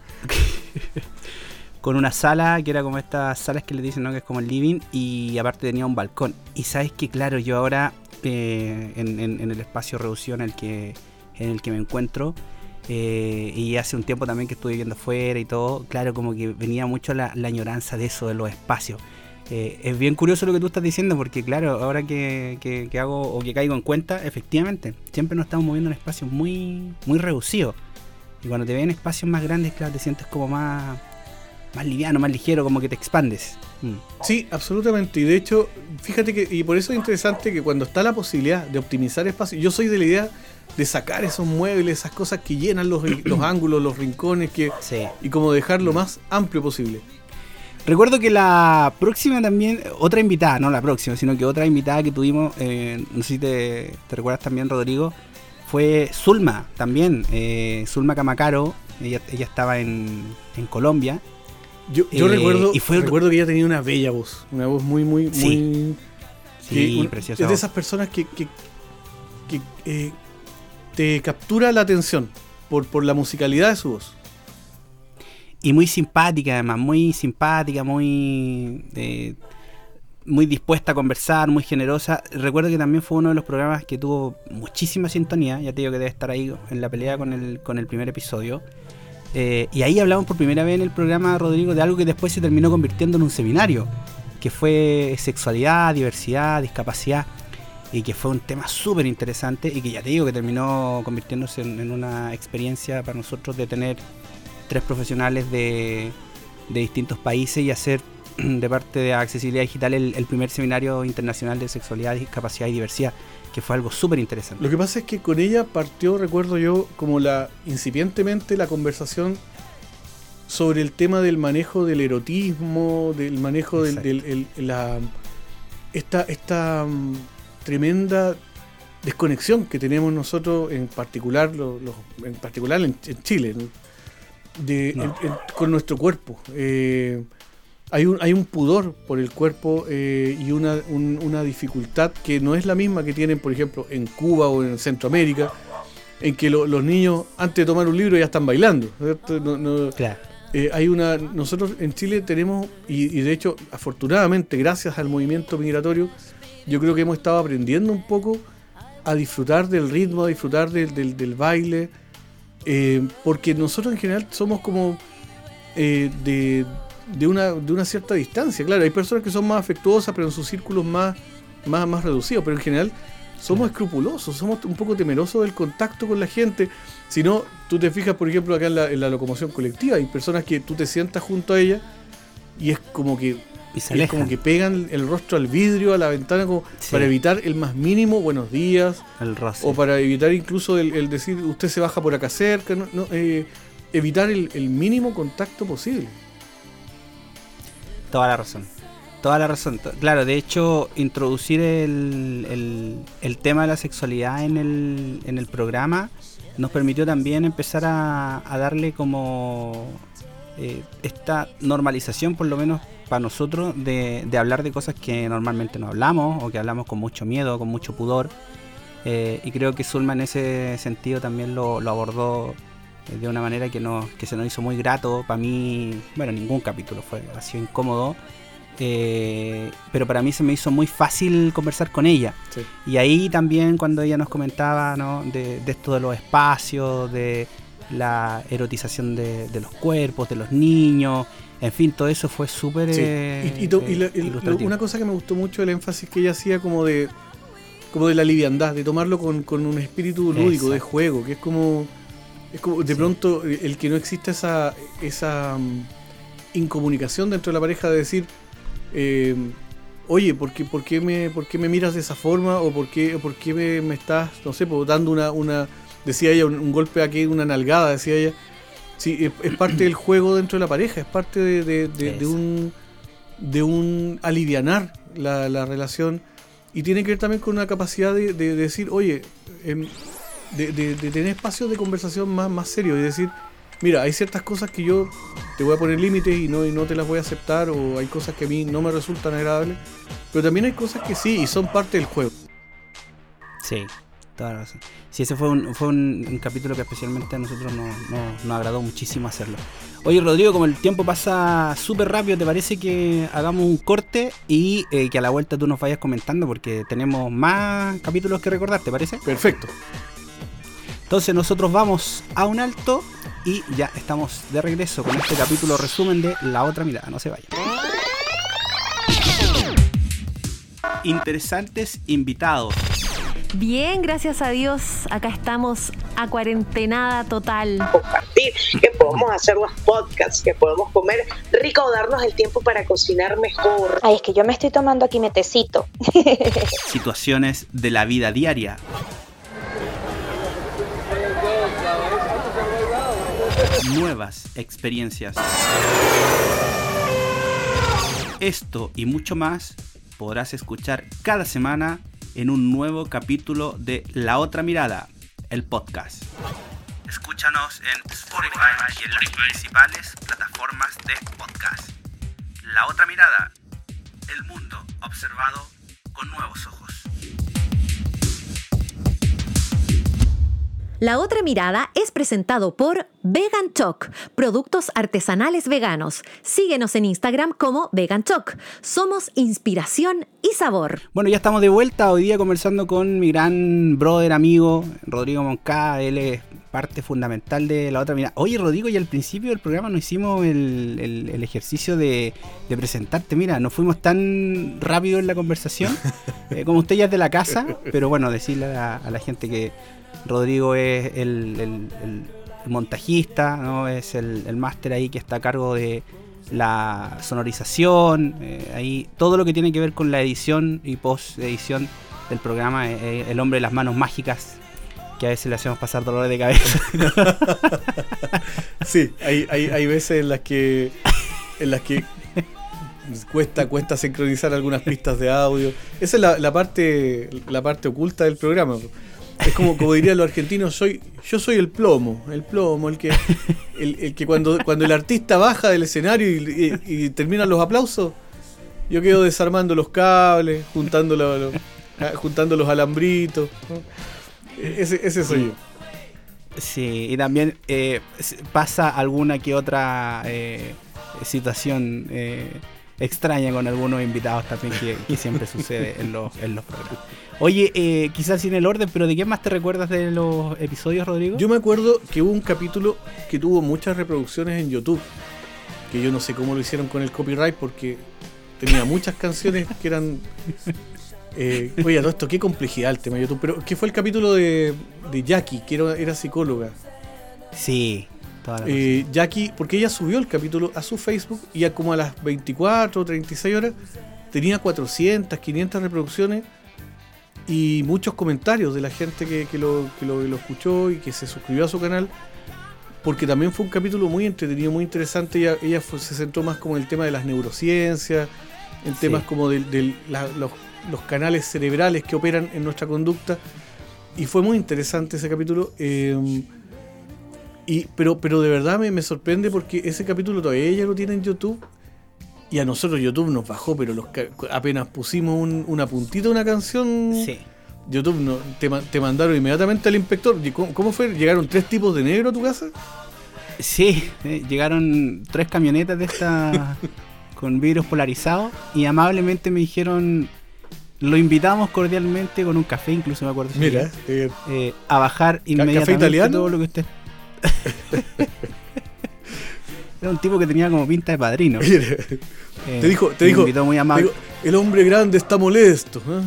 Speaker 3: Con una sala que era como estas salas que le dicen, ¿no? Que es como el living, y aparte tenía un balcón. Y sabes que, claro, yo ahora eh, en, en, en el espacio reducido en el que en el que me encuentro, eh, y hace un tiempo también que estuve viviendo afuera y todo, claro, como que venía mucho la, la añoranza de eso, de los espacios. Eh, es bien curioso lo que tú estás diciendo, porque claro, ahora que, que, que hago o que caigo en cuenta, efectivamente, siempre nos estamos moviendo en espacios muy, muy reducidos. Y cuando te ven en espacios más grandes, claro, te sientes como más, más liviano, más ligero, como que te expandes. Mm.
Speaker 2: Sí, absolutamente. Y de hecho, fíjate que, y por eso es interesante que cuando está la posibilidad de optimizar espacio, yo soy de la idea de sacar esos muebles, esas cosas que llenan los, los ángulos, los rincones, que
Speaker 3: Sí.
Speaker 2: y como dejar lo más amplio posible.
Speaker 3: Recuerdo que la próxima también, otra invitada, no la próxima, sino que otra invitada que tuvimos, eh, no sé si te, te recuerdas también, Rodrigo, fue Zulma también, eh, Zulma Camacaro, ella, ella estaba en, en Colombia.
Speaker 2: Yo, yo
Speaker 3: eh,
Speaker 2: recuerdo,
Speaker 3: y fue,
Speaker 2: recuerdo que ella tenía una bella voz, una voz muy, muy,
Speaker 3: sí,
Speaker 2: muy...
Speaker 3: Sí,
Speaker 2: un,
Speaker 3: preciosa.
Speaker 2: Es de esas personas que, que, que eh, te captura la atención por, por la musicalidad de su voz.
Speaker 3: Y muy simpática además, muy simpática, muy... Eh, muy dispuesta a conversar, muy generosa. Recuerdo que también fue uno de los programas que tuvo muchísima sintonía, ya te digo que debe estar ahí en la pelea con el, con el primer episodio. Eh, y ahí hablamos por primera vez en el programa, Rodrigo, de algo que después se terminó convirtiendo en un seminario, que fue sexualidad, diversidad, discapacidad, y que fue un tema súper interesante y que ya te digo que terminó convirtiéndose en, en una experiencia para nosotros de tener tres profesionales de, de distintos países y hacer de parte de Accesibilidad Digital el, el primer seminario internacional de sexualidad, discapacidad y diversidad, que fue algo súper interesante.
Speaker 2: Lo que pasa es que con ella partió, recuerdo yo, como la incipientemente la conversación sobre el tema del manejo del erotismo, del manejo del, del el, la esta esta um, tremenda desconexión que tenemos nosotros, en particular los, los, en particular en, en Chile, de, no. en, en, con nuestro cuerpo. Eh, Hay un, hay un pudor por el cuerpo eh, y una, un, una dificultad que no es la misma que tienen, por ejemplo, en Cuba o en Centroamérica, en que lo, los niños antes de tomar un libro ya están bailando. No, no,
Speaker 3: claro.
Speaker 2: eh, hay una, nosotros en Chile tenemos, y, y de hecho, afortunadamente, gracias al movimiento migratorio, yo creo que hemos estado aprendiendo un poco a disfrutar del ritmo, a disfrutar del, del, del baile, eh, porque nosotros en general somos como eh, de... de una de una cierta distancia. Claro, hay personas que son más afectuosas, pero en sus círculos más, más, más reducidos, pero en general somos escrupulosos, somos un poco temerosos del contacto con la gente. Si no, tú te fijas, por ejemplo, acá en la, en la locomoción colectiva, hay personas que tú te sientas junto a ella y es como que es como que pegan el rostro al vidrio, a la ventana, como sí, para evitar el más mínimo buenos días,
Speaker 3: el roce,
Speaker 2: o para evitar incluso el, el decir usted se baja por acá cerca, no, no, eh, evitar el, el mínimo contacto posible.
Speaker 3: Toda la razón, toda la razón. Claro, de hecho, introducir el, el, el tema de la sexualidad en el, en el programa nos permitió también empezar a, a darle como eh, esta normalización, por lo menos para nosotros, de, de hablar de cosas que normalmente no hablamos o que hablamos con mucho miedo, con mucho pudor. Eh, y creo que Zulma en ese sentido también lo, lo abordó de una manera que, no, que se nos hizo muy grato. Para mí, bueno, ningún capítulo fue, ha sido incómodo, eh, pero para mí se me hizo muy fácil conversar con ella.
Speaker 2: Sí.
Speaker 3: Y ahí también cuando ella nos comentaba, ¿no?, de, de esto de los espacios, de la erotización de, de los cuerpos, de los niños, en fin, todo eso fue súper
Speaker 2: sí.
Speaker 3: eh,
Speaker 2: y, y, to,
Speaker 3: eh,
Speaker 2: y la, el, una cosa que me gustó mucho, el énfasis que ella hacía como de como de la liviandad, de tomarlo con, con un espíritu lúdico, exacto, de juego, que es como es como de sí, pronto el que no exista esa esa um, incomunicación dentro de la pareja, de decir eh, oye, ¿por qué, por qué me por qué me miras de esa forma? O por qué, por qué me, me estás, no sé, pues, dando una, una decía ella, un, un golpe aquí, una nalgada, decía ella. Sí, es, es parte del juego dentro de la pareja, es parte de, de, de, de un de un alivianar la, la relación, y tiene que ver también con una capacidad de, de, de decir, oye, eh, de, de, de tener espacios de conversación más, más serios, y decir, mira, hay ciertas cosas que yo te voy a poner límites y no, y no te las voy a aceptar, o hay cosas que a mí no me resultan agradables, pero también hay cosas que sí, y son parte del juego.
Speaker 3: Sí, toda la razón. Sí, ese fue un, fue un, un capítulo que especialmente a nosotros nos, nos, nos agradó muchísimo hacerlo. Oye, Rodrigo, como el tiempo pasa súper rápido, ¿te parece que hagamos un corte y eh, que a la vuelta tú nos vayas comentando? Porque tenemos más capítulos que recordar, ¿te parece?
Speaker 2: Perfecto.
Speaker 3: Entonces nosotros vamos a un alto y ya estamos de regreso con este capítulo resumen de La Otra Mirada. No se vayan. Interesantes invitados.
Speaker 6: Bien, gracias a Dios, acá estamos a cuarentenada total.
Speaker 1: Compartir, que podemos hacer los podcasts, que podemos comer rico o darnos el tiempo para cocinar mejor.
Speaker 7: Ay, es que yo me estoy tomando aquí mi tecito.
Speaker 3: Situaciones de la vida diaria. Nuevas experiencias. Esto y mucho más podrás escuchar cada semana en un nuevo capítulo de La Otra Mirada, el podcast. Escúchanos en Spotify y en las principales plataformas de podcast. La otra mirada, el mundo observado con nuevos ojos.
Speaker 6: La otra mirada es presentado por Vegan Choc, productos artesanales veganos. Síguenos en Instagram como Vegan Choc. Somos inspiración y sabor.
Speaker 3: Bueno, ya estamos de vuelta hoy día conversando con mi gran brother, amigo, Rodrigo Moncada. Él es parte fundamental de La Otra Mirada. Oye, Rodrigo, y al principio del programa nos hicimos el, el, el ejercicio de, de presentarte. Mira, nos fuimos tan rápido en la conversación, eh, como usted ya es de la casa, pero bueno, decirle a, a la gente que Rodrigo es el, el, el, el montajista, ¿no? Es el, el máster ahí que está a cargo de la sonorización, eh, ahí todo lo que tiene que ver con la edición y post edición del programa, eh, el hombre de las manos mágicas, que a veces le hacemos pasar dolores de cabeza.
Speaker 2: Sí, hay, hay, hay veces en las que en las que cuesta cuesta sincronizar algunas pistas de audio. Esa es la, la parte la parte oculta del programa. Es como, como dirían los argentinos, soy, yo soy el plomo, el plomo, el que, el, el que cuando, cuando el artista baja del escenario y, y, y terminan los aplausos, yo quedo desarmando los cables, juntando, la, lo, juntando los alambritos, ¿no? Ese, ese soy yo.
Speaker 3: Sí, y también eh, pasa alguna que otra eh, situación eh, extraña con algunos invitados también que, que siempre sucede en los, en los programas. Oye, eh, quizás sin el orden, pero ¿de qué más te recuerdas de los episodios, Rodrigo?
Speaker 2: Yo me acuerdo que hubo un capítulo que tuvo muchas reproducciones en YouTube, que yo no sé cómo lo hicieron con el copyright porque tenía muchas canciones que eran... Eh, oye, todo esto, qué complejidad el tema de YouTube, pero que fue el capítulo de, de Jackie, que era, era psicóloga.
Speaker 3: Sí, toda la
Speaker 2: eh, Jackie, porque ella subió el capítulo a su Facebook y a como a las veinticuatro o treinta y seis horas tenía cuatrocientas, quinientas reproducciones y muchos comentarios de la gente que, que, lo, que lo, lo escuchó y que se suscribió a su canal, porque también fue un capítulo muy entretenido, muy interesante. Ella, ella fue, se centró más como en el tema de las neurociencias, en temas sí. como de, de la, los los canales cerebrales que operan en nuestra conducta, y fue muy interesante ese capítulo, eh, y, pero, pero de verdad me, me sorprende porque ese capítulo todavía ella lo tiene en YouTube y a nosotros YouTube nos bajó, pero los, apenas pusimos un, una puntita de una canción, sí. YouTube no, te, te mandaron inmediatamente al inspector. ¿Cómo, ¿Cómo fue? ¿Llegaron tres tipos de negro a tu casa?
Speaker 3: Sí, eh, llegaron tres camionetas de estas con vidrios polarizados y amablemente me dijeron... Lo invitamos cordialmente con un café, incluso me acuerdo.
Speaker 2: Mira,
Speaker 3: eh, eh, a bajar inmediatamente
Speaker 2: ¿café italiano?
Speaker 3: Todo lo que usted. Era un tipo que tenía como pinta de padrino.
Speaker 2: Mira, eh, te dijo, te dijo,
Speaker 3: invitó muy amable.
Speaker 2: Te dijo, el hombre grande está molesto. ¿eh?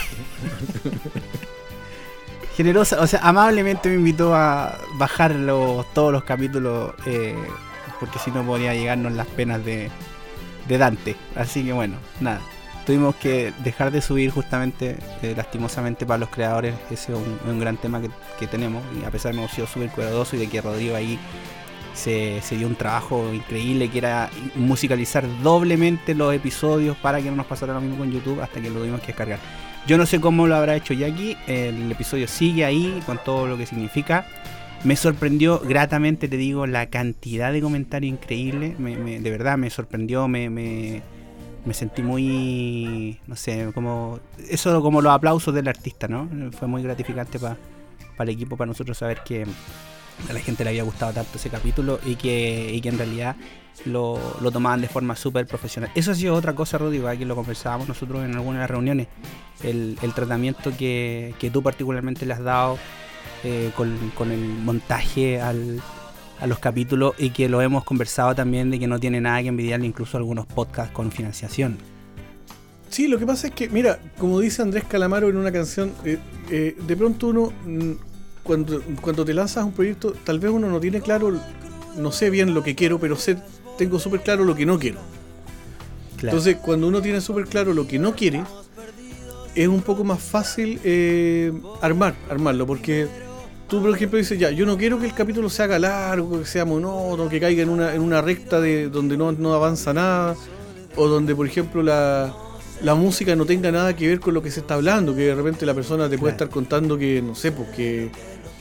Speaker 3: Generosa, o sea, amablemente me invitó a bajar los, todos los capítulos, eh, porque si no podía llegarnos las penas de, de Dante. Así que bueno, nada. Tuvimos que dejar de subir justamente, eh, lastimosamente para los creadores. Ese es un, un gran tema que, que tenemos, y a pesar de que hemos sido súper cuidadosos y de que Rodrigo ahí se, se dio un trabajo increíble, que era musicalizar doblemente los episodios para que no nos pasara lo mismo con YouTube, hasta que lo tuvimos que descargar. Yo no sé cómo lo habrá hecho Jackie, el episodio sigue ahí con todo lo que significa. Me sorprendió gratamente, te digo, la cantidad de comentarios increíble, me, me, de verdad me sorprendió, me... me Me sentí muy, no sé, como eso, como los aplausos del artista, ¿no? Fue muy gratificante para pa el equipo, para nosotros saber que a la gente le había gustado tanto ese capítulo y que, y que en realidad lo, lo tomaban de forma súper profesional. Eso ha sido otra cosa, Rodrigo, aquí lo conversábamos nosotros en algunas de las reuniones, el, el tratamiento que, que tú particularmente le has dado eh, con, con el montaje al... a los capítulos, y que lo hemos conversado también de que no tiene nada que envidiarle incluso a algunos podcasts con financiación.
Speaker 2: Sí, lo que pasa es que, mira, como dice Andrés Calamaro en una canción, eh, eh, de pronto uno, cuando, cuando te lanzas a un proyecto, tal vez uno no tiene claro, no sé bien lo que quiero, pero sé, tengo súper claro lo que no quiero. Claro. Entonces, cuando uno tiene súper claro lo que no quiere, es un poco más fácil eh, armar, armarlo, porque tú, por ejemplo, dices, ya, yo no quiero que el capítulo se haga largo, que sea monótono, que caiga en una, en una recta de donde no, no avanza nada, o donde, por ejemplo, la, la música no tenga nada que ver con lo que se está hablando, que de repente la persona te puede claro. estar contando que, no sé, pues que,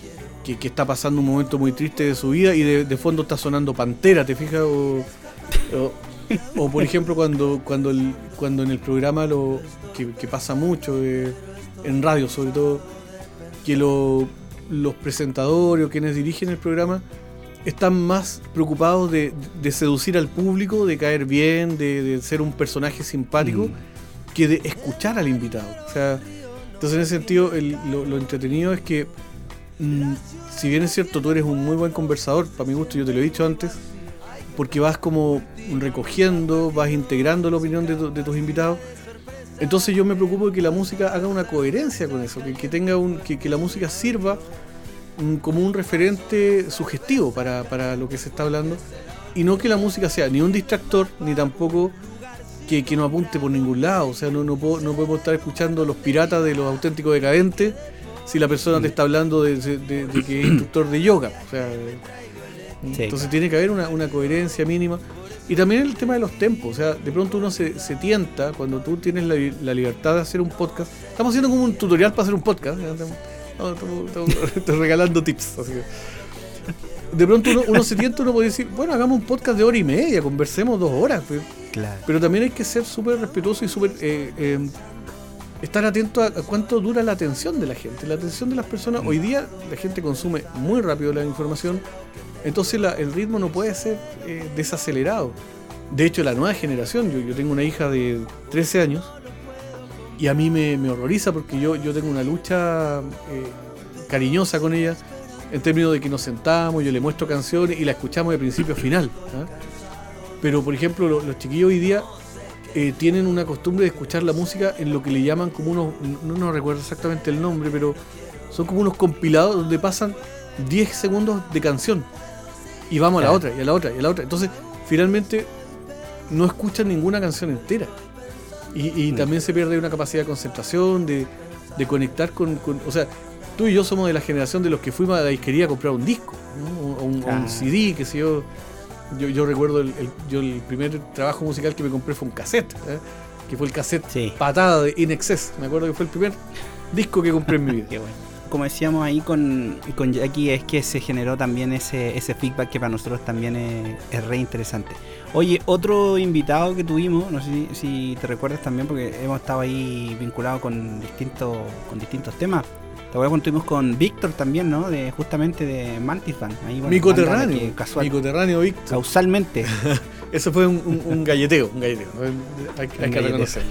Speaker 2: que, que está pasando un momento muy triste de su vida y de, de fondo está sonando Pantera, ¿te fijas? O, o, o por ejemplo cuando cuando el, cuando en el programa lo que, que pasa mucho eh, en radio sobre todo, que lo, los presentadores o quienes dirigen el programa están más preocupados de, de seducir al público, de caer bien, de, de ser un personaje simpático, mm. que de escuchar al invitado. O sea, entonces en ese sentido el, lo, lo entretenido es que mm, si bien es cierto tú eres un muy buen conversador, para mi gusto, yo te lo he dicho antes, porque vas como recogiendo, vas integrando la opinión de, tu, de tus invitados, entonces yo me preocupo de que la música haga una coherencia con eso, que, que tenga un, que, que la música sirva como un referente sugestivo para, para lo que se está hablando, y no que la música sea ni un distractor ni tampoco que, que no apunte por ningún lado. O sea, no, no, puedo, no podemos estar escuchando Los Piratas de Los Auténticos Decadentes si la persona te está hablando de, de, de, de que es instructor de yoga. O sea, sí. Entonces tiene que haber una, una coherencia mínima. Y también el tema de los tempos. O sea, de pronto uno se, se tienta cuando tú tienes la, la libertad de hacer un podcast. Estamos haciendo como un tutorial para hacer un podcast, ¿eh? No, estoy regalando tips. Así que de pronto uno, uno se tienta, uno puede decir, bueno, hagamos un podcast de hora y media, conversemos dos horas. Pero, claro. pero también hay que ser súper respetuoso y súper eh, eh, estar atento a, a cuánto dura la atención de la gente. La atención de las personas, mm. hoy día la gente consume muy rápido la información, entonces la, el ritmo no puede ser eh, desacelerado. De hecho, la nueva generación, yo, yo tengo una hija de trece años, y a mí me, me horroriza porque yo, yo tengo una lucha eh, cariñosa con ella, en términos de que nos sentamos, yo le muestro canciones y la escuchamos de principio a final, ¿eh? Pero por ejemplo lo, los chiquillos hoy día eh, tienen una costumbre de escuchar la música en lo que le llaman como unos, no, no recuerdo exactamente el nombre, pero son como unos compilados donde pasan diez segundos de canción y vamos a la otra y a la otra y a la otra. Entonces finalmente no escuchan ninguna canción entera. Y, y mm. también se pierde una capacidad de concentración, de, de conectar con, con... O sea, tú y yo somos de la generación de los que fuimos a la disquería a comprar un disco, ¿no? o, un, ah. o un C D, que sé yo. Yo, yo recuerdo el, el, yo el primer trabajo musical que me compré fue un cassette, ¿eh? que fue el cassette sí. Patada de In Excess. Me acuerdo que fue el primer disco que compré en mi vida.
Speaker 3: Qué bueno. Como decíamos ahí con, con Jackie, es que se generó también ese, ese feedback que para nosotros también es, es re interesante. Oye, otro invitado que tuvimos, no sé si, si te recuerdas también, porque hemos estado ahí vinculados con distintos, con distintos temas. Te acuerdas cuando estuvimos con Víctor también, ¿no? De, justamente de Mantis Band. Ahí, bueno,
Speaker 2: Micoterráneo, Micoterráneo Víctor.
Speaker 3: Causalmente.
Speaker 2: Eso fue un, un, un galleteo, un galleteo. Hay, hay que reconocerlo.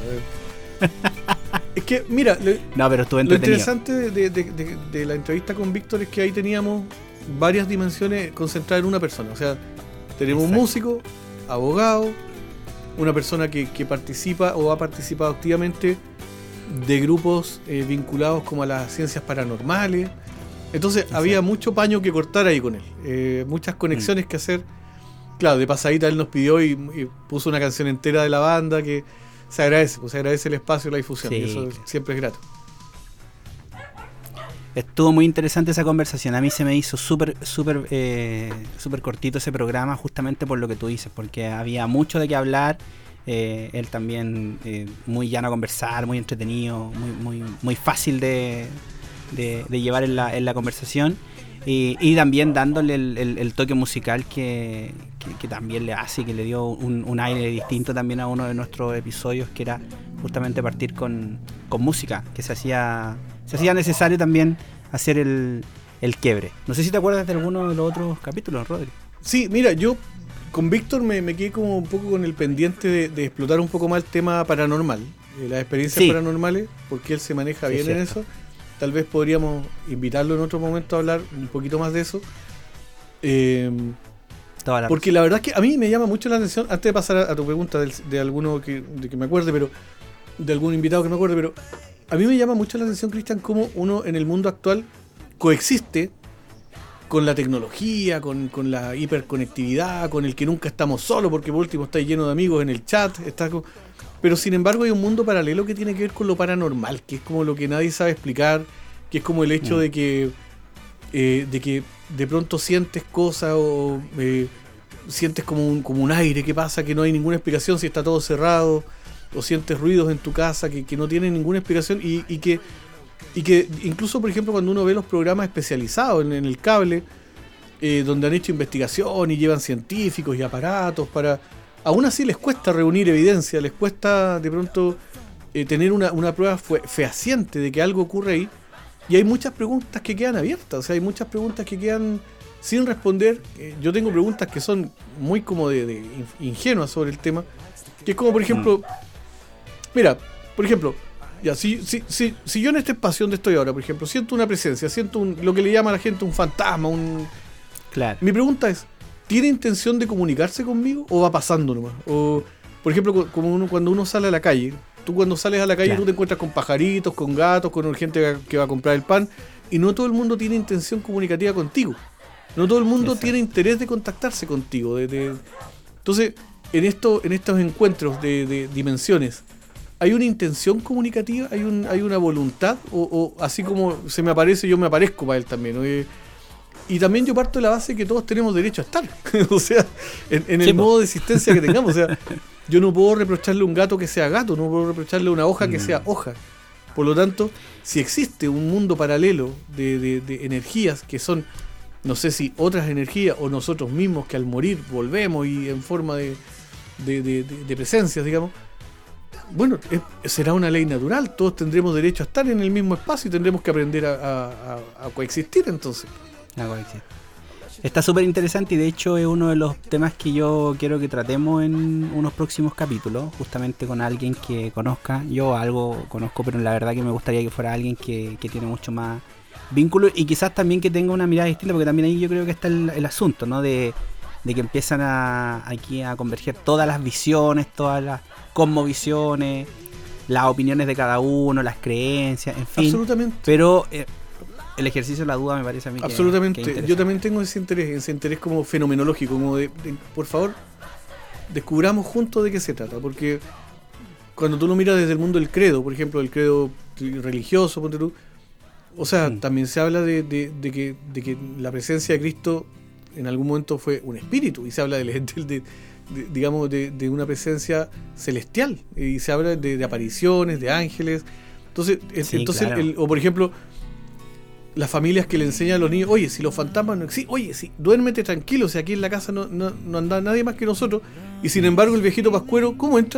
Speaker 2: Es que, mira, le,
Speaker 3: no, pero estuvo
Speaker 2: lo interesante de, de, de, de, de la entrevista con Víctor es que ahí teníamos varias dimensiones concentradas en una persona. O sea, tenemos Exacto. un músico, abogado, una persona que, que participa o ha participado activamente de grupos eh, vinculados como a las ciencias paranormales. Entonces Exacto. había mucho paño que cortar ahí con él, eh, muchas conexiones mm. que hacer. Claro, de pasadita él nos pidió y, y puso una canción entera de la banda que se agradece, pues se agradece el espacio y la difusión, sí, y eso claro. siempre es grato.
Speaker 3: Estuvo muy interesante esa conversación. A mí se me hizo súper súper eh, súper cortito ese programa, justamente por lo que tú dices, porque había mucho de qué hablar. Eh, él también eh, muy llano a conversar, muy entretenido, muy muy muy fácil de, de, de llevar en la, en la conversación. Y, y también dándole el, el, el toque musical que, que, que también le hace, que le dio un, un aire distinto también a uno de nuestros episodios, que era justamente partir con, con música, que se hacía se hacía necesario también hacer el, el quiebre. No sé si te acuerdas de alguno de los otros capítulos, Rodri.
Speaker 2: Sí, mira, yo con Víctor me, me quedé como un poco con el pendiente de, de explotar un poco más el tema paranormal, eh, las experiencias sí. paranormales, porque él se maneja sí, bien en eso. Tal vez podríamos invitarlo en otro momento a hablar un poquito más de eso. Eh, la porque la verdad es que a mí me llama mucho la atención, antes de pasar a, a tu pregunta de, de alguno que, de que me acuerde, pero de algún invitado que me acuerde, pero a mí me llama mucho la atención, Cristian, cómo uno en el mundo actual coexiste con la tecnología, con, con la hiperconectividad, con el que nunca estamos solos, porque por último está lleno de amigos en el chat, está con... pero sin embargo hay un mundo paralelo que tiene que ver con lo paranormal, que es como lo que nadie sabe explicar, que es como el hecho mm. de que eh, de que de pronto sientes cosas o eh, sientes como un, como un aire que pasa, que no hay ninguna explicación si está todo cerrado, o sientes ruidos en tu casa que, que no tienen ninguna explicación y, y que y que incluso, por ejemplo, cuando uno ve los programas especializados en, en el cable, eh, donde han hecho investigación y llevan científicos y aparatos para... Aún así les cuesta reunir evidencia, les cuesta de pronto eh, tener una, una prueba fe- fehaciente de que algo ocurre ahí, y hay muchas preguntas que quedan abiertas, o sea, hay muchas preguntas que quedan sin responder. Eh, yo tengo preguntas que son muy como de, de ingenuas sobre el tema, que es como, por ejemplo, mira, por ejemplo, ya, si, si, si, si yo en este espacio donde estoy ahora, por ejemplo, siento una presencia, siento un, lo que le llama a la gente un fantasma, un...
Speaker 3: Claro.
Speaker 2: Mi pregunta es, ¿tiene intención de comunicarse conmigo o va pasando nomás? O, por ejemplo, como uno, cuando uno sale a la calle, tú cuando sales a la calle, claro, tú te encuentras con pajaritos, con gatos, con gente que va a comprar el pan, y no todo el mundo tiene intención comunicativa contigo. No todo el mundo Exacto. tiene interés de contactarse contigo. De, de... Entonces, en, esto, en estos encuentros de, de dimensiones, ¿hay una intención comunicativa? ¿Hay, un, hay una voluntad? O, o así como se me aparece, yo me aparezco para él también, ¿no? Eh, y también yo parto de la base que todos tenemos derecho a estar. O sea, en, en el sí, modo de existencia que tengamos. O sea, yo no puedo reprocharle a un gato que sea gato, no puedo reprocharle a una hoja que sea hoja. Por lo tanto, si existe un mundo paralelo de, de, de energías que son, no sé si otras energías o nosotros mismos que al morir volvemos y en forma de, de, de, de, de presencias, digamos, bueno, es, será una ley natural, todos tendremos derecho a estar en el mismo espacio y tendremos que aprender a, a, a, a coexistir entonces.
Speaker 3: A coexistir. Está súper interesante y de hecho es uno de los temas que yo quiero que tratemos en unos próximos capítulos, justamente con alguien que conozca. Yo algo conozco, pero la verdad que me gustaría que fuera alguien que, que tiene mucho más vínculo y quizás también que tenga una mirada distinta, porque también ahí yo creo que está el, el asunto, ¿no? De, de que empiezan a, aquí a converger todas las visiones, todas las cosmovisiones, las opiniones de cada uno, las creencias, en fin.
Speaker 2: Absolutamente.
Speaker 3: Pero eh, el ejercicio de la duda me parece a mí
Speaker 2: absolutamente.
Speaker 3: que, que
Speaker 2: yo también tengo ese interés, ese interés como fenomenológico, como de, de, por favor, descubramos juntos de qué se trata, porque cuando tú lo miras desde el mundo del credo, por ejemplo, el credo religioso, ponte tú, o sea, mm. también se habla de, de, de, que, de que la presencia de Cristo en algún momento fue un espíritu, y se habla de, de, de, de digamos, de, de una presencia celestial, y se habla de, de apariciones, de ángeles. Entonces, sí, entonces claro. el, o por ejemplo, las familias que le enseñan a los niños, oye, si los fantasmas no existen, oye, si duérmete tranquilo, si aquí en la casa no, no, no anda nadie más que nosotros, y sin embargo el viejito pascuero, ¿cómo entra?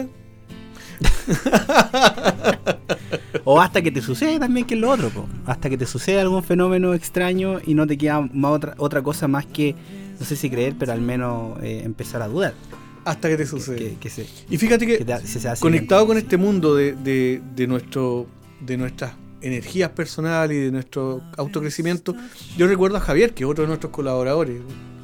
Speaker 3: O hasta que te sucede también, que es lo otro, po. Hasta que te sucede algún fenómeno extraño y no te queda más otra, otra cosa más que, no sé si creer, pero al menos eh, empezar a dudar.
Speaker 2: Hasta que te sucede.
Speaker 3: Que, que, que se,
Speaker 2: y fíjate que, que te, se se conectado bien con este mundo de, de, de, nuestro, de nuestras energías personales y de nuestro autocrecimiento, yo recuerdo a Javier, que es otro de nuestros colaboradores.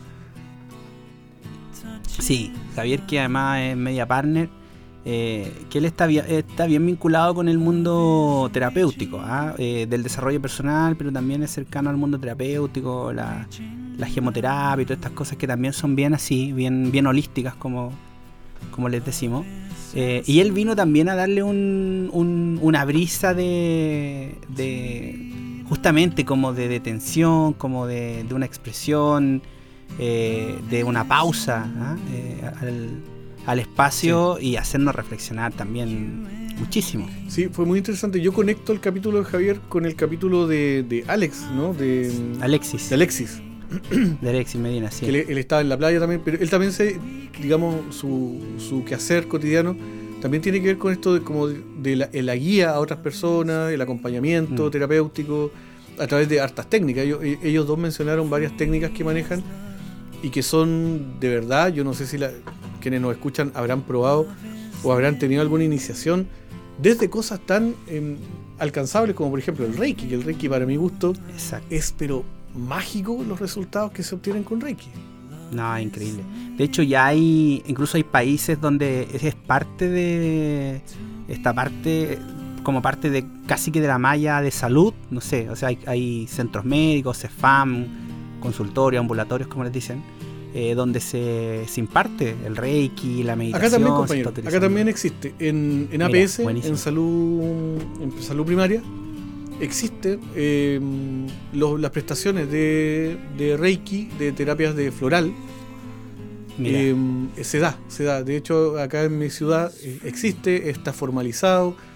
Speaker 3: Sí, Javier, que además es media partner. Eh, que él está bien, está bien vinculado con el mundo terapéutico, ¿ah? eh, del desarrollo personal, pero también es cercano al mundo terapéutico, la, la gemoterapia y todas estas cosas que también son bien así, bien, bien holísticas, como, como les decimos. Eh, y él vino también a darle un, un, una brisa de, de justamente como de detención, como de, de una expresión, eh, de una pausa, ¿ah? eh, al al espacio, sí, y hacernos reflexionar también muchísimo.
Speaker 2: Sí, fue muy interesante. Yo conecto el capítulo de Javier con el capítulo de, de Alex, ¿no? De
Speaker 3: Alexis.
Speaker 2: De Alexis.
Speaker 3: De Alexis Medina, sí.
Speaker 2: Que él, él estaba en la playa también, pero él también se, digamos, su, su quehacer cotidiano también tiene que ver con esto de como de, de la, la guía a otras personas, el acompañamiento mm. terapéutico, a través de hartas técnicas. Ellos, ellos dos mencionaron varias técnicas que manejan y que son de verdad, yo no sé si la, quienes nos escuchan habrán probado o habrán tenido alguna iniciación desde cosas tan eh, alcanzables como por ejemplo el Reiki, que el Reiki para mi gusto Exacto. es pero mágico los resultados que se obtienen con Reiki.
Speaker 3: No, increíble. De hecho ya hay, incluso hay países donde es parte de esta parte, como parte de casi que de la malla de salud, no sé, o sea, hay, hay centros médicos, CEFAM, consultorios, ambulatorios, como les dicen, eh, donde se, se imparte el Reiki, la meditación.
Speaker 2: Acá también, compañero, acá también existe, en, en A P S, Mira, en salud en salud primaria, existen eh, los, las prestaciones de, de Reiki, de terapias de floral. Eh, se da, se da. De hecho, acá en mi ciudad eh, existe, está formalizado.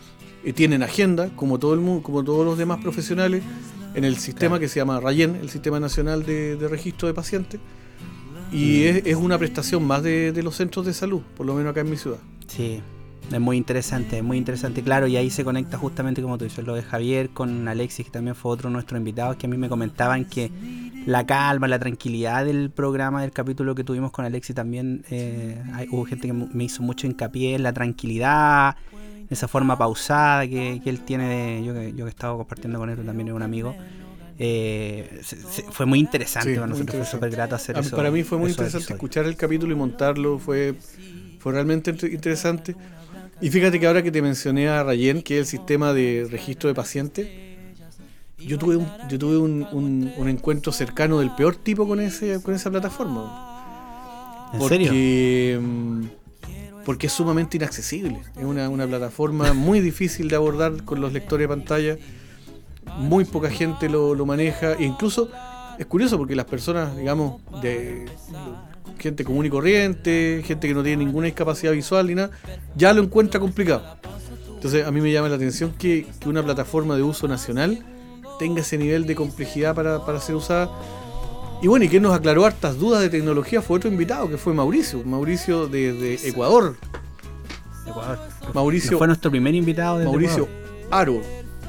Speaker 2: eh, tienen agenda, como todo el mundo, como todos los demás profesionales, en el sistema claro. que se llama RAYEN, el Sistema Nacional de, de Registro de Pacientes, y mm. es, es una prestación más de, de los centros de salud, por lo menos acá en mi ciudad.
Speaker 3: Sí, es muy interesante, es muy interesante, claro, y ahí se conecta justamente, como tú dices, lo de Javier con Alexis, que también fue otro de nuestros invitados, que a mí me comentaban que la calma, la tranquilidad del programa, del capítulo que tuvimos con Alexis también, eh, hay, hubo gente que me hizo mucho hincapié en la tranquilidad, esa forma pausada que, que él tiene, de, yo, que, yo que he estado compartiendo con él, también es un amigo. Eh, se, se, fue muy interesante, sí, para nosotros fue súper grato hacer
Speaker 2: a,
Speaker 3: eso.
Speaker 2: Para mí fue muy interesante
Speaker 3: episodios.
Speaker 2: escuchar el capítulo y montarlo, fue, fue realmente interesante. Y fíjate que ahora que te mencioné a RAYEN, que es el sistema de registro de pacientes, yo tuve un, yo tuve un, un, un encuentro cercano del peor tipo con ese con esa plataforma.
Speaker 3: ¿En
Speaker 2: porque,
Speaker 3: serio?
Speaker 2: Porque es sumamente inaccesible. Es una, una plataforma muy difícil de abordar con los lectores de pantalla. Muy poca gente lo, lo maneja. E incluso es curioso porque las personas, digamos, de gente común y corriente, gente que no tiene ninguna discapacidad visual ni nada, ya lo encuentra complicado. Entonces a mí me llama la atención que, que una plataforma de uso nacional tenga ese nivel de complejidad para, para ser usada. Y bueno, y quien nos aclaró hartas dudas de tecnología fue otro invitado, que fue Mauricio, Mauricio de, de Ecuador.
Speaker 3: Ecuador.
Speaker 2: Mauricio,
Speaker 3: no fue nuestro primer invitado de
Speaker 2: Mauricio
Speaker 3: Ecuador.
Speaker 2: Aro.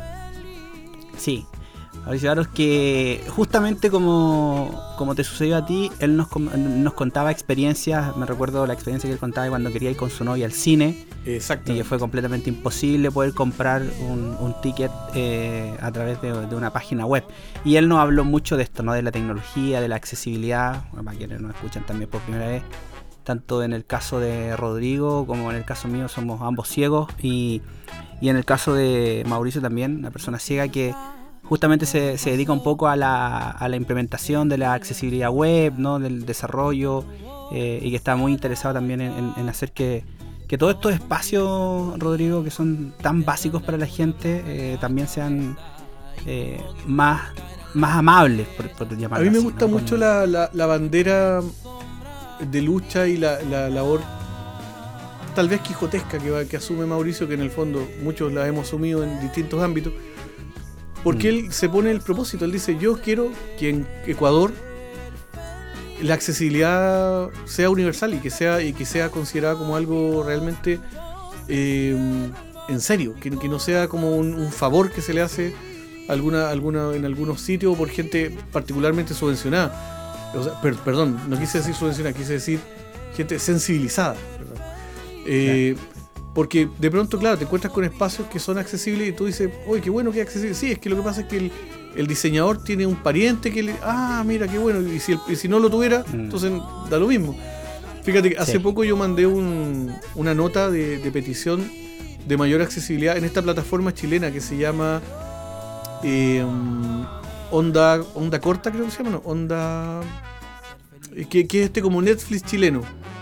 Speaker 3: Sí, Mauricio Aro, que justamente como, como te sucedió a ti, él nos, nos contaba experiencias, me recuerdo la experiencia que él contaba cuando quería ir con su novia al cine.
Speaker 2: Exacto.
Speaker 3: Y que fue completamente imposible poder comprar un, un ticket eh, a través de, de una página web. Y él nos habló mucho de esto, ¿no? De la tecnología, de la accesibilidad, para quienes nos escuchan también por primera vez. Tanto en el caso de Rodrigo como en el caso mío somos ambos ciegos. Y, y en el caso de Mauricio también, una persona ciega que justamente se, se dedica un poco a la, a la implementación de la accesibilidad web, ¿no? Del desarrollo, eh, y que está muy interesado también en, en, en hacer que que todos estos espacios, Rodrigo, que son tan básicos para la gente, eh, también sean eh, más, más amables, por, por llamarlo
Speaker 2: así. A mí me
Speaker 3: así,
Speaker 2: gusta
Speaker 3: ¿no?
Speaker 2: mucho
Speaker 3: Con...
Speaker 2: la, la, la bandera de lucha y la, la labor tal vez quijotesca que, va, que asume Mauricio, que en el fondo muchos la hemos asumido en distintos ámbitos, porque mm. él se pone el propósito, él dice, yo quiero que en Ecuador la accesibilidad sea universal y que sea y que sea considerada como algo realmente eh, en serio, que, que no sea como un, un favor que se le hace alguna alguna en algunos sitios por gente particularmente subvencionada. O sea, per, perdón, no quise decir subvencionada, quise decir gente sensibilizada. Eh, porque de pronto, claro, te encuentras con espacios que son accesibles y tú dices, oye, qué bueno que es accesible. Sí, es que lo que pasa es que el El diseñador tiene un pariente que le... Ah, mira, qué bueno. Y si, el, y si no lo tuviera, mm. entonces da lo mismo. Fíjate que hace sí. poco yo mandé un, una nota de, de petición de mayor accesibilidad en esta plataforma chilena que se llama eh, Onda Onda Corta, creo que se llama, ¿no? Onda... Que, que es este como Netflix chileno.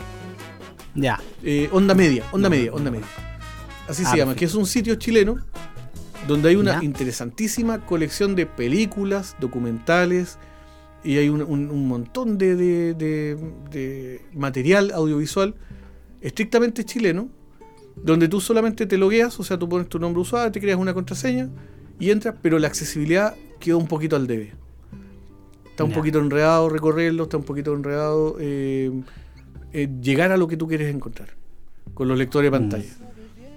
Speaker 3: Ya.
Speaker 2: Eh, Onda Media, Onda Media, Onda Media. Así ah, se llama, perfecto. Que es un sitio chileno donde hay una ¿Ya? interesantísima colección de películas, documentales, y hay un, un, un montón de, de, de, de material audiovisual estrictamente chileno, donde tú solamente te logueas, o sea, tú pones tu nombre de usuario, te creas una contraseña y entras, pero la accesibilidad queda un poquito al debe. Está un ya. poquito enredado recorrerlo, está un poquito enredado eh, eh, llegar a lo que tú quieres encontrar con los lectores de pantalla. Mm.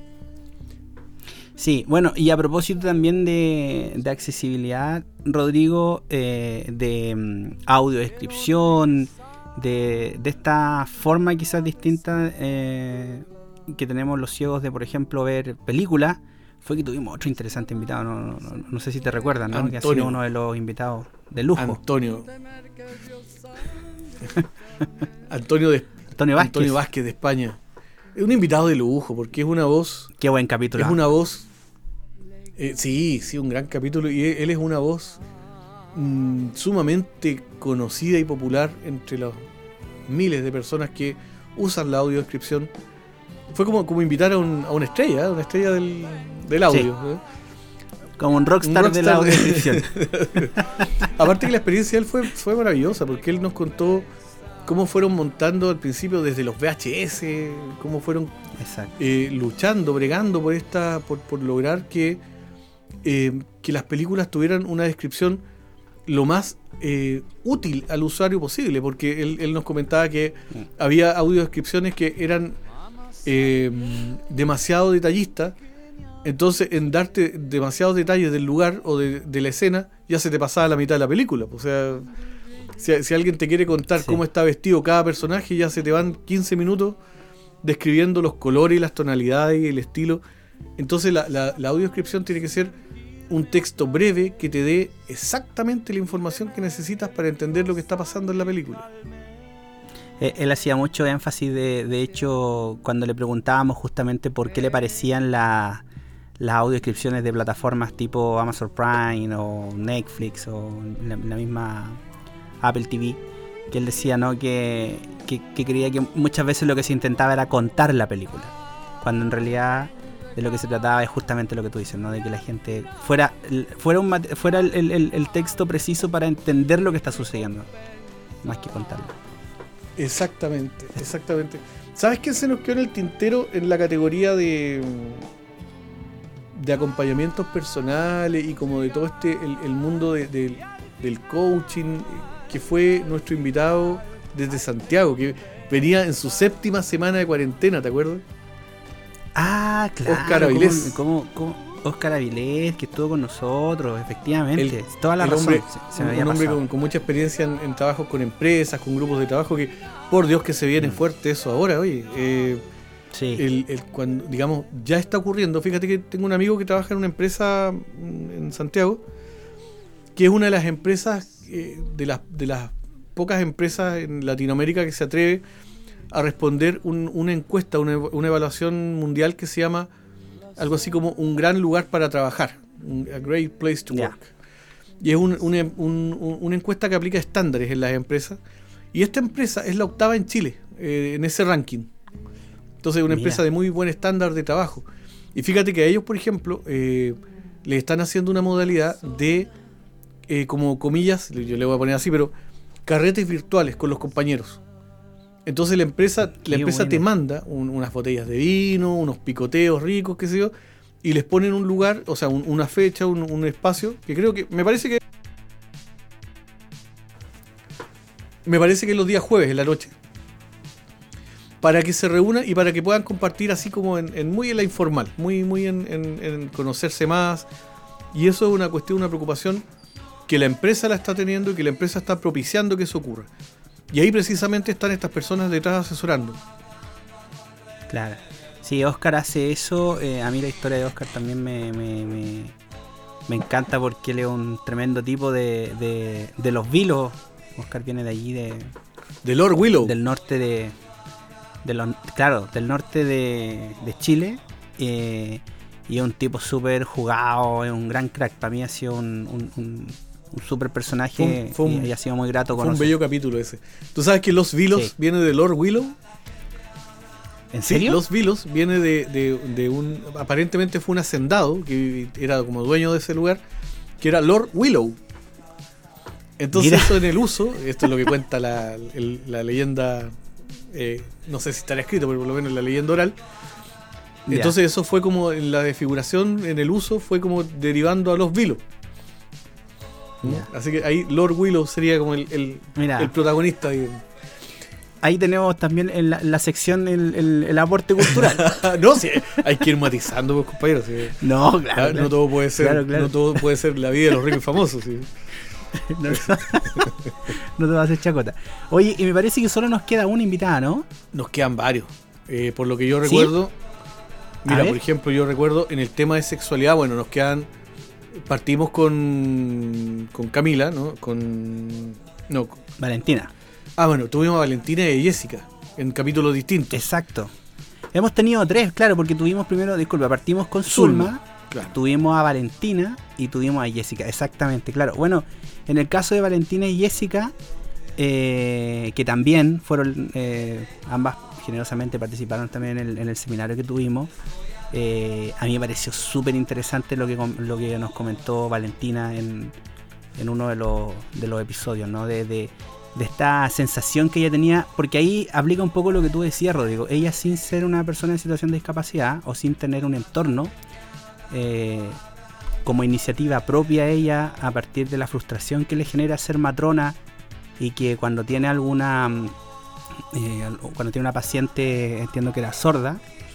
Speaker 3: Sí, bueno, y a propósito también de, de accesibilidad, Rodrigo, eh, de um, audiodescripción, de, de esta forma quizás distinta eh, que tenemos los ciegos de, por ejemplo, ver películas, fue que tuvimos otro interesante invitado, no, no, no, no sé si te recuerdan, ¿no?
Speaker 2: Antonio.
Speaker 3: Que ha sido uno de los invitados de lujo.
Speaker 2: Antonio. Antonio, de,
Speaker 3: Antonio Vázquez.
Speaker 2: Antonio Vázquez de España. Es un invitado de lujo porque es una voz...
Speaker 3: Qué buen capítulo.
Speaker 2: Es una voz... Eh, sí, sí, un gran capítulo. Y él es una voz mmm, sumamente conocida y popular entre los miles de personas que usan la audiodescripción. Fue como, como invitar a, un, a una estrella, ¿eh? Una estrella del, del audio. Sí. ¿eh?
Speaker 3: Como un rockstar, un rockstar de la audiodescripción.
Speaker 2: Aparte que la experiencia de él fue, fue maravillosa porque él nos contó cómo fueron montando al principio desde los V H S, cómo fueron eh, luchando, bregando por esta, por, por lograr que, eh, que las películas tuvieran una descripción lo más eh, útil al usuario posible, porque él, él nos comentaba que mm. había audiodescripciones que eran eh, demasiado detallistas. Entonces, en darte demasiados detalles del lugar o de, de la escena, ya se te pasaba la mitad de la película. O sea, si, si alguien te quiere contar sí. cómo está vestido cada personaje, ya se te van quince minutos describiendo los colores, las tonalidades y el estilo. Entonces, la, la, la audiodescripción tiene que ser un texto breve que te dé exactamente la información que necesitas para entender lo que está pasando en la película.
Speaker 3: Eh, él hacía mucho énfasis, de, de hecho, cuando le preguntábamos justamente por qué le parecían la... las audiodescripciones de plataformas tipo Amazon Prime o Netflix o la, la misma Apple T V, que él decía, ¿no?, que, que, que creía que muchas veces lo que se intentaba era contar la película, cuando en realidad de lo que se trataba es justamente lo que tú dices, ¿no?, de que la gente fuera fuera, un, fuera el, el, el texto preciso para entender lo que está sucediendo, más que contarlo.
Speaker 2: Exactamente, exactamente. ¿Sabes quién se nos quedó en el tintero en la categoría de... de acompañamientos personales y como de todo este el, el mundo de, de, del coaching, que fue nuestro invitado desde Santiago, que venía en su séptima semana de cuarentena, ¿te acuerdas?
Speaker 3: Ah, claro.
Speaker 2: Óscar Avilés.
Speaker 3: ¿Cómo, cómo, cómo? Óscar Avilés, que estuvo con nosotros, efectivamente.
Speaker 2: El,
Speaker 3: Toda la
Speaker 2: el
Speaker 3: razón.
Speaker 2: Hombre,
Speaker 3: se, se me
Speaker 2: un
Speaker 3: había
Speaker 2: hombre
Speaker 3: pasado.
Speaker 2: con, con mucha experiencia en, en trabajos con empresas, con grupos de trabajo, que por Dios que se viene mm. fuerte eso ahora, oye. Eh,
Speaker 3: Sí.
Speaker 2: El, el, cuando, digamos, ya está ocurriendo. Fíjate que tengo un amigo que trabaja en una empresa en Santiago, que es una de las empresas, eh, de, las, de las pocas empresas en Latinoamérica que se atreve a responder un, una encuesta, una, una evaluación mundial que se llama algo así como un gran lugar para trabajar, a great place to work. Yeah. Y es un, una, un, una encuesta que aplica estándares en las empresas. Y esta empresa es la octava en Chile, eh, en ese ranking. Entonces es una Mira. empresa de muy buen estándar de trabajo. Y fíjate que a ellos, por ejemplo, eh, le están haciendo una modalidad de, eh, como comillas, yo le voy a poner así, pero carretes virtuales con los compañeros. Entonces la empresa, la empresa bueno. te manda un, unas botellas de vino, unos picoteos ricos, qué sé yo, y les ponen un lugar, o sea, un, una fecha, un, un espacio, que creo que, me parece que... Me parece que es los días jueves en la noche. Para que se reúnan y para que puedan compartir así como en, en muy en la informal, muy, muy en, en, en conocerse más. Y eso es una cuestión, una preocupación que la empresa la está teniendo y que la empresa está propiciando que eso ocurra. Y ahí precisamente están estas personas detrás asesorando.
Speaker 3: Claro. Sí, Óscar hace eso. Eh, a mí la historia de Óscar también me, me, me, me encanta porque él es un tremendo tipo de, de, de los Vilos. Óscar viene de allí, de,
Speaker 2: de Lord Willow.
Speaker 3: Del norte de... De los, claro, del norte de, de Chile, eh, y es un tipo súper jugado, es un gran crack. Para mí ha sido un, un, un, un súper personaje, fue un, fue un, y ha sido muy grato conocer.
Speaker 2: Fue un bello capítulo ese. ¿Tú sabes que Los Vilos sí. viene de Lord Willow?
Speaker 3: ¿En serio?
Speaker 2: Sí, Los Vilos viene de, de, de un... Aparentemente fue un hacendado que era como dueño de ese lugar, que era Lord Willow. Entonces Mira. Eso en el uso, esto es lo que cuenta la, el, la leyenda... Eh, no sé si estará escrito, pero por lo menos en la leyenda oral. Yeah. Entonces eso fue como en la desfiguración, en el uso, fue como derivando a los Vilos. Yeah. Así que ahí Lord Willow sería como el, el, el protagonista. Digamos.
Speaker 3: Ahí tenemos también en la, la sección el, el, el aporte cultural.
Speaker 2: No, sí, hay que ir matizando, pues, compañeros. Sí.
Speaker 3: No, claro,
Speaker 2: claro. No todo puede ser, claro, claro. No todo puede ser la vida de los ricos y famosos. Sí.
Speaker 3: No, no te vas a hacer chacota. Oye, y me parece que solo nos queda una invitada, ¿no?
Speaker 2: Nos quedan varios. Eh, por lo que yo recuerdo, ¿sí? Mira, por ejemplo, yo recuerdo en el tema de sexualidad, bueno, nos quedan. Partimos con con Camila, ¿no? Con. No.
Speaker 3: Valentina.
Speaker 2: Ah, bueno, tuvimos a Valentina y a Jessica en capítulos distintos.
Speaker 3: Exacto. Hemos tenido tres, claro, porque tuvimos primero, disculpa, partimos con Zulma. Zulma. Claro. Tuvimos a Valentina y tuvimos a Jessica, exactamente, claro. Bueno, en el caso de Valentina y Jessica, eh, que también fueron, eh, ambas generosamente participaron también en el, en el seminario que tuvimos, eh, a mí me pareció súper interesante lo que, lo que nos comentó Valentina en, en uno de los, de los episodios, ¿no? De, de, de esta sensación que ella tenía, porque ahí aplica un poco lo que tú decías, Rodrigo. Ella, sin ser una persona en situación de discapacidad o sin tener un entorno, eh, como iniciativa propia, ella, a partir de la frustración que le genera ser matrona, y que cuando tiene alguna eh, cuando tiene una paciente, entiendo que era sorda,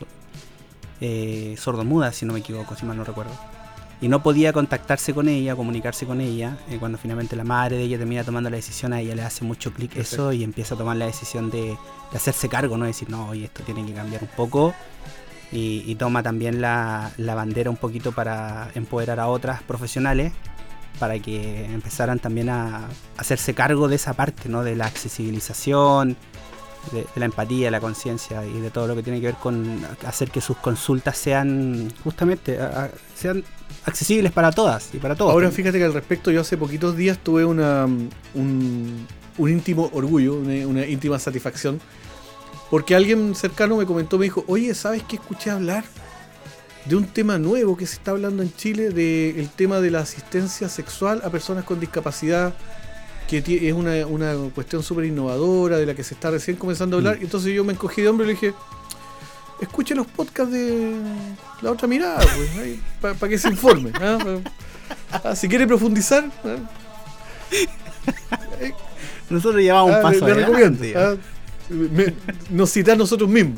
Speaker 3: eh, sordomuda si no me equivoco, si mal no recuerdo, y no podía contactarse con ella, comunicarse con ella, eh, cuando finalmente la madre de ella termina tomando la decisión, a ella le hace mucho clic eso y empieza a tomar la decisión de, de hacerse cargo, no decir, no, oye, esto tiene que cambiar un poco, y, y toma también la, la bandera un poquito para empoderar a otras profesionales para que empezaran también a hacerse cargo de esa parte, ¿no? De la accesibilización, de, de la empatía, la conciencia y de todo lo que tiene que ver con hacer que sus consultas sean justamente a, a, sean accesibles para todas y para todos.
Speaker 2: Ahora fíjate que al respecto, yo hace poquitos días tuve una un, un íntimo orgullo, una, una íntima satisfacción, porque alguien cercano me comentó, me dijo, oye, ¿sabes qué escuché hablar de un tema nuevo que se está hablando en Chile, del tema de la asistencia sexual a personas con discapacidad, que es una, una cuestión súper innovadora, de la que se está recién comenzando a hablar? Mm. Y entonces yo me encogí de hombro y le dije, escuche los podcasts de La Otra Mirada, pues, para pa que se informe. ¿eh? Ah, si quiere profundizar, ¿eh?
Speaker 3: Nosotros llevamos un
Speaker 2: ah,
Speaker 3: paso
Speaker 2: le, le recomiendo. Ah, me, nos cita a nosotros mismos.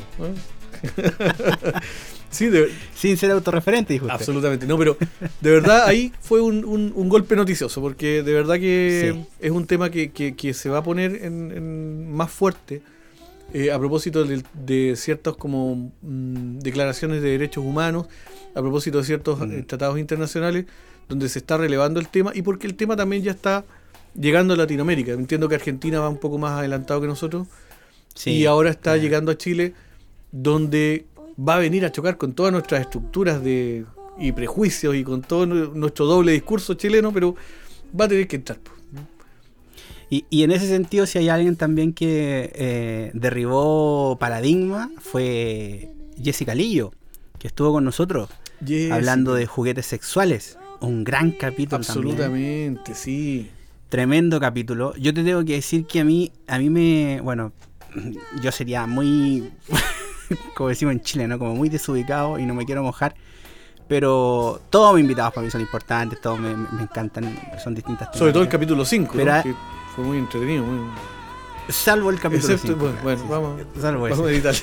Speaker 2: ¿eh? Sí, de,
Speaker 3: sin ser autorreferente, dijo usted.
Speaker 2: Absolutamente, no, pero de verdad ahí fue un, un, un golpe noticioso, porque de verdad que sí, es un tema que, que, que se va a poner en, en más fuerte eh, a propósito de, de ciertas como mmm, declaraciones de derechos humanos, a propósito de ciertos mm. eh, tratados internacionales donde se está relevando el tema, y porque el tema también ya está llegando a Latinoamérica. Entiendo que Argentina va un poco más adelantado que nosotros, sí, y ahora está claro. llegando a Chile, donde va a venir a chocar con todas nuestras estructuras de y prejuicios y con todo nuestro doble discurso chileno, pero va a tener que entrar.
Speaker 3: Y, y en ese sentido, si hay alguien también que eh, derribó paradigma, fue Jessica Lillo, que estuvo con nosotros Jessica. hablando de juguetes sexuales. Un gran capítulo.
Speaker 2: Absolutamente,
Speaker 3: también.
Speaker 2: Sí.
Speaker 3: Tremendo capítulo. Yo te tengo que decir que a mí, a mí me... Bueno, yo sería muy... como decimos en Chile, ¿no? Como muy desubicado y no me quiero mojar, pero todos mis invitados para mí son importantes, todos me, me encantan, son distintas temáticas.
Speaker 2: Sobre todo el capítulo cinco,
Speaker 3: pero,
Speaker 2: ¿no? Que fue muy entretenido, muy...
Speaker 3: salvo el capítulo cinco.
Speaker 2: Bueno, bueno
Speaker 3: sí,
Speaker 2: vamos,
Speaker 3: sí, salvo
Speaker 2: vamos a editar.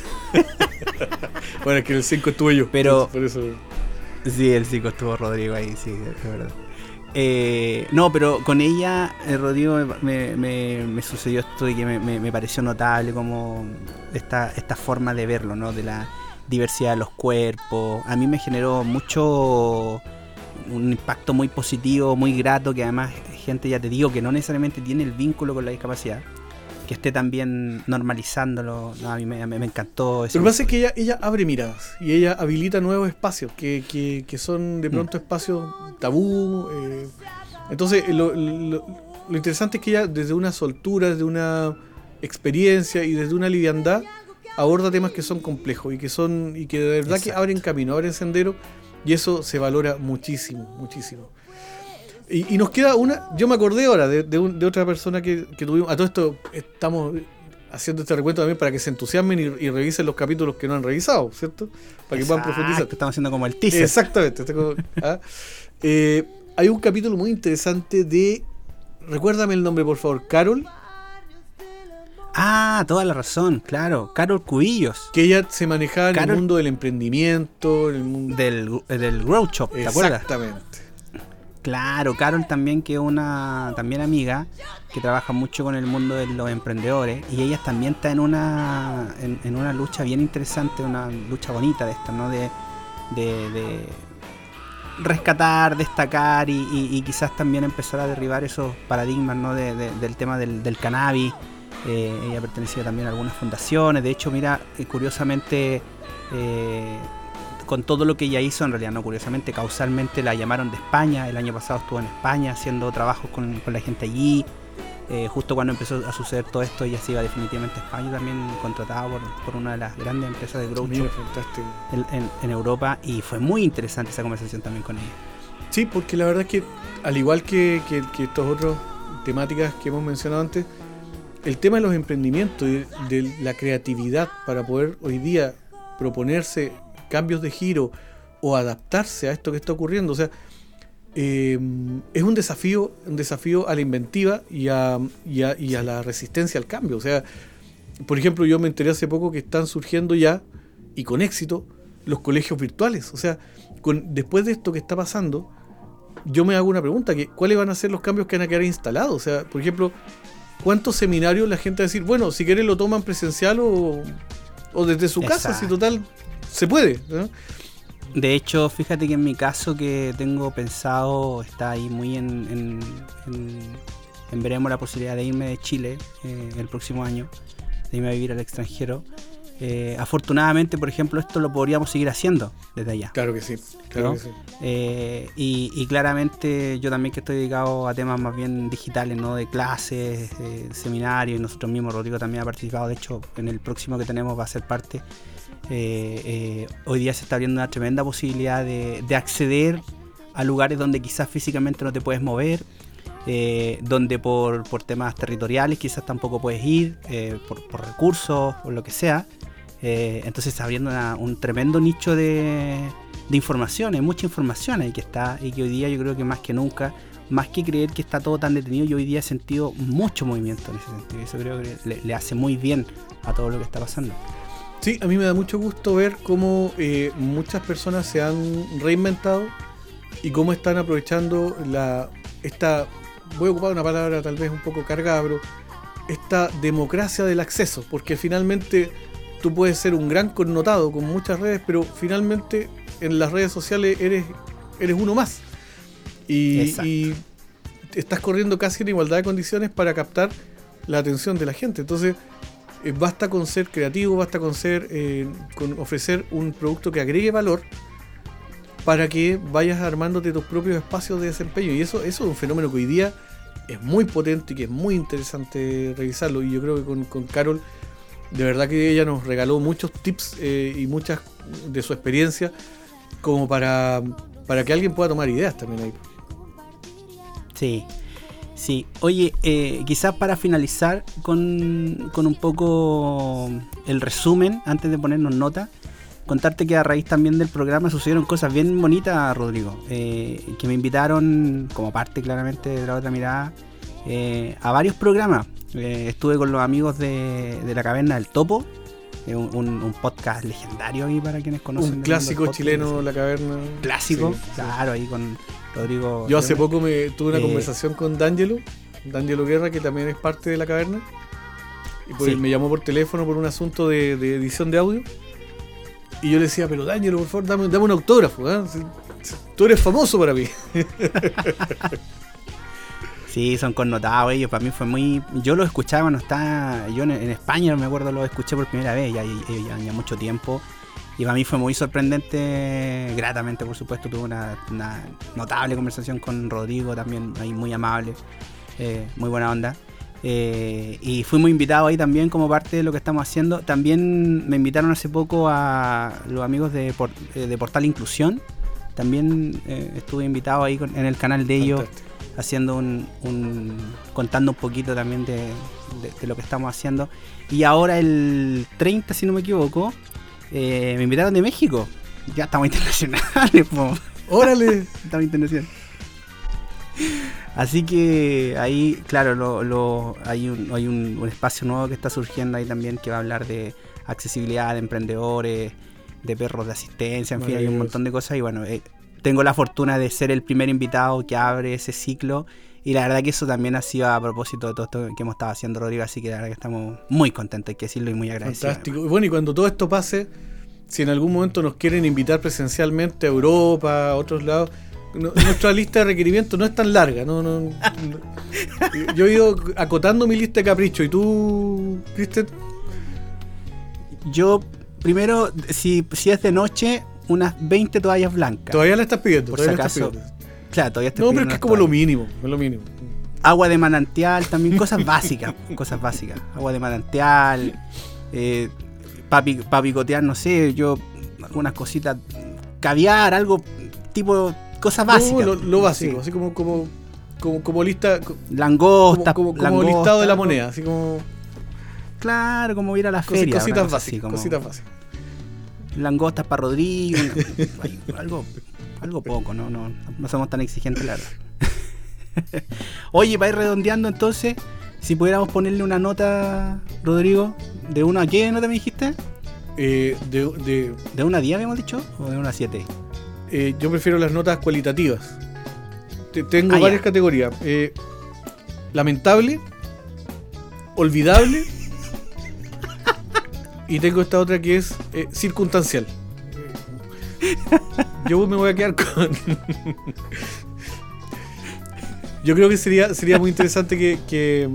Speaker 2: Bueno, es que el cinco estuve yo,
Speaker 3: pero
Speaker 2: por eso...
Speaker 3: Sí, el cinco estuvo Rodrigo ahí, sí, es verdad. Eh, no, pero con ella, eh, Rodrigo, me, me, me sucedió esto de que me, me, me pareció notable como esta, esta forma de verlo, ¿no? De la diversidad de los cuerpos. A mí me generó mucho, un impacto muy positivo, muy grato, que además gente, ya te digo, que no necesariamente tiene el vínculo con la discapacidad, que esté también normalizándolo. No, a mí me, me, me encantó eso.
Speaker 2: Lo que pasa es que ella, ella abre miradas y ella habilita nuevos espacios que, que, que son de pronto mm. espacios tabú. Eh. Entonces, lo, lo, lo interesante es que ella, desde una soltura, desde una experiencia y desde una liviandad, aborda temas que son complejos y que son y que de verdad Exacto. que abren camino, abren sendero, y eso se valora muchísimo, muchísimo. Y, y nos queda una, yo me acordé ahora de, de, un, de otra persona que, que tuvimos. A todo esto estamos haciendo este recuento también para que se entusiasmen y, y revisen los capítulos que no han revisado, ¿cierto? Para que
Speaker 3: Exacto,
Speaker 2: puedan profundizar.
Speaker 3: Estamos haciendo como el teaser.
Speaker 2: Exactamente. Como, ¿ah? eh, hay un capítulo muy interesante de, recuérdame el nombre por favor, Carol.
Speaker 3: Ah, toda la razón, claro. Carol Cubillos.
Speaker 2: Que ella se manejaba en Carol, el mundo del emprendimiento, en el mundo
Speaker 3: del, del Grow Shop, ¿te acuerdas?
Speaker 2: Exactamente.
Speaker 3: Claro, Carol también, que es una también amiga que trabaja mucho con el mundo de los emprendedores, y ella también está en una en, en una lucha bien interesante, una lucha bonita de esta, ¿no? De, de, de rescatar, destacar y, y, y quizás también empezar a derribar esos paradigmas, ¿no? De, de, del tema del, del cannabis. Eh, ella pertenecía también a algunas fundaciones. De hecho, mira, eh, curiosamente, eh, con todo lo que ella hizo, en realidad no curiosamente, causalmente la llamaron de España. El año pasado estuvo en España haciendo trabajos con, con la gente allí. Eh, justo cuando empezó a suceder todo esto, ella se iba definitivamente a España, también contratada por, por una de las grandes empresas de Grow Shop en, en, en Europa, y fue muy interesante esa conversación también con ella.
Speaker 2: Sí, porque la verdad es que al igual que, que, que estas otras temáticas que hemos mencionado antes, el tema de los emprendimientos y de la creatividad para poder hoy día proponerse cambios de giro o adaptarse a esto que está ocurriendo, o sea, eh, es un desafío, un desafío a la inventiva y a, y a, y a la resistencia al cambio. O sea, por ejemplo, yo me enteré hace poco que están surgiendo ya, y con éxito, los colegios virtuales. O sea, con, después de esto que está pasando, yo me hago una pregunta, que ¿cuáles van a ser los cambios que van a quedar instalados? O sea, por ejemplo, ¿cuántos seminarios la gente va a decir, bueno, si quieren lo toman presencial o, o desde su
Speaker 3: Exacto.
Speaker 2: casa, si total se puede, ¿no?
Speaker 3: De hecho, fíjate que en mi caso que tengo pensado, está ahí muy en, en, en, en veremos la posibilidad de irme de Chile eh, el próximo año, de irme a vivir al extranjero. Eh, afortunadamente, por ejemplo, esto lo podríamos seguir haciendo desde allá.
Speaker 2: Claro que sí, claro
Speaker 3: ¿no?
Speaker 2: que sí.
Speaker 3: Eh, y, y claramente yo también que estoy dedicado a temas más bien digitales, ¿no? De clases, eh, seminarios, y nosotros mismos, Rodrigo también ha participado, de hecho en el próximo que tenemos va a ser parte. Eh, eh, hoy día se está abriendo una tremenda posibilidad de, de acceder a lugares donde quizás físicamente no te puedes mover, eh, donde por, por temas territoriales quizás tampoco puedes ir, eh, por, por recursos o lo que sea. Eh, entonces está abriendo una, un tremendo nicho de, de información, hay mucha información ahí que está, y que hoy día yo creo que más que nunca, más que creer que está todo tan detenido, yo hoy día he sentido mucho movimiento en ese sentido, y eso creo que le, le hace muy bien a todo lo que está pasando.
Speaker 2: Sí, a mí me da mucho gusto ver cómo eh, muchas personas se han reinventado y cómo están aprovechando la esta, voy a ocupar una palabra tal vez un poco cargada, pero esta democracia del acceso, porque finalmente tú puedes ser un gran connotado con muchas redes, pero finalmente en las redes sociales eres, eres uno más. Y, y estás corriendo casi en igualdad de condiciones para captar la atención de la gente. Entonces, eh, basta con ser creativo, basta con ser eh, con ofrecer un producto que agregue valor para que vayas armándote tus propios espacios de desempeño. Y eso, eso es un fenómeno que hoy día es muy potente y que es muy interesante revisarlo. Y yo creo que con, con Carol, de verdad que ella nos regaló muchos tips eh, y muchas de su experiencia como para, para que alguien pueda tomar ideas también ahí.
Speaker 3: Sí, sí. Oye, eh, quizás para finalizar con, con un poco el resumen, antes de ponernos nota, contarte que a raíz también del programa sucedieron cosas bien bonitas, Rodrigo, eh, que me invitaron como parte claramente de La Otra Mirada eh, a varios programas. Eh, estuve con los amigos de, de La Caverna del Topo, eh, un, un, un podcast legendario ahí para quienes conocen.
Speaker 2: Un clásico chileno, La Caverna.
Speaker 3: Clásico,
Speaker 2: sí,
Speaker 3: claro, sí. Ahí con Rodrigo.
Speaker 2: Yo hace poco me tuve una
Speaker 3: eh,
Speaker 2: conversación con D'Angelo, D'Angelo Guerra, que también es parte de La Caverna. Y pues
Speaker 3: sí.
Speaker 2: me llamó por teléfono por un asunto de, de edición de audio. Y yo le decía, pero D'Angelo, por favor, dame, dame un autógrafo, ¿eh? Tú eres famoso para mí.
Speaker 3: Sí, son connotados ellos. Para mí fue muy... Yo lo escuchaba cuando estaba... Yo en, en España, me acuerdo, lo escuché por primera vez, ya, ya, ya mucho tiempo. Y para mí fue muy sorprendente, gratamente, por supuesto. Tuve una, una notable conversación con Rodrigo, también ahí muy amable, eh, muy buena onda. Eh, y fui muy invitado ahí también como parte de lo que estamos haciendo. También me invitaron hace poco a los amigos de, de Portal Inclusión. También eh, estuve invitado ahí con, en el canal de ellos. Fantástico. Haciendo un, un contando un poquito también de, de, de lo que estamos haciendo. Y ahora el treinta, si no me equivoco, eh, me invitaron de México. Ya estamos internacionales, po.
Speaker 2: ¡Órale!
Speaker 3: Estamos internacionales. Así que ahí, claro, lo, lo, hay, un, hay un, un espacio nuevo que está surgiendo ahí también, que va a hablar de accesibilidad, de emprendedores, de perros de asistencia, en fin, hay un montón de cosas. Y bueno, eh, tengo la fortuna de ser el primer invitado que abre ese ciclo, y la verdad que eso también ha sido a propósito de todo esto que hemos estado haciendo, Rodrigo, así que la verdad que estamos muy contentos, hay que decirlo, y muy agradecidos.
Speaker 2: Fantástico. Y bueno, y cuando todo esto pase, si en algún momento nos quieren invitar presencialmente a Europa, a otros lados, no, nuestra lista de requerimientos no es tan larga. No, no, no. Yo he ido acotando mi lista de caprichos. ¿Y tú, Cristian?
Speaker 3: Yo, primero, si, si es de noche, unas veinte toallas blancas.
Speaker 2: Todavía la estás pidiendo.
Speaker 3: Por
Speaker 2: todavía
Speaker 3: si
Speaker 2: la
Speaker 3: acaso.
Speaker 2: estás pidiendo.
Speaker 3: Claro, todavía estoy
Speaker 2: No,
Speaker 3: pidiendo.
Speaker 2: pero es que es como
Speaker 3: toallas.
Speaker 2: lo mínimo. Es lo mínimo.
Speaker 3: Agua de manantial, también cosas básicas. Cosas básicas. Agua de manantial. Eh, para pa picotear, no sé, yo, algunas cositas. Caviar, algo tipo. Cosas básicas.
Speaker 2: No, lo, lo básico,
Speaker 3: sí.
Speaker 2: Así como, como, como, como lista.
Speaker 3: Langosta,
Speaker 2: Como, como, como
Speaker 3: langosta,
Speaker 2: listado de la moneda. Así como.
Speaker 3: Claro, como ir a la
Speaker 2: Cos-
Speaker 3: feria.
Speaker 2: Cositas
Speaker 3: una cosa
Speaker 2: básicas,
Speaker 3: así, como
Speaker 2: cositas básicas.
Speaker 3: langostas para Rodrigo. una- algo, algo poco, no, no, no somos tan exigentes, la verdad. Oye, para ir redondeando entonces, si pudiéramos ponerle una nota, Rodrigo, ¿de uno a qué nota me dijiste?
Speaker 2: Eh, de, de,
Speaker 3: ¿De uno a diez habíamos dicho? ¿O de uno a siete?
Speaker 2: eh, yo prefiero las notas cualitativas. Te- tengo
Speaker 3: Ah,
Speaker 2: varias
Speaker 3: ya.
Speaker 2: categorías. Eh, lamentable, olvidable, y tengo esta otra que es eh, circunstancial. Eh, Yo me voy a quedar con... Yo creo que sería sería muy interesante que, que,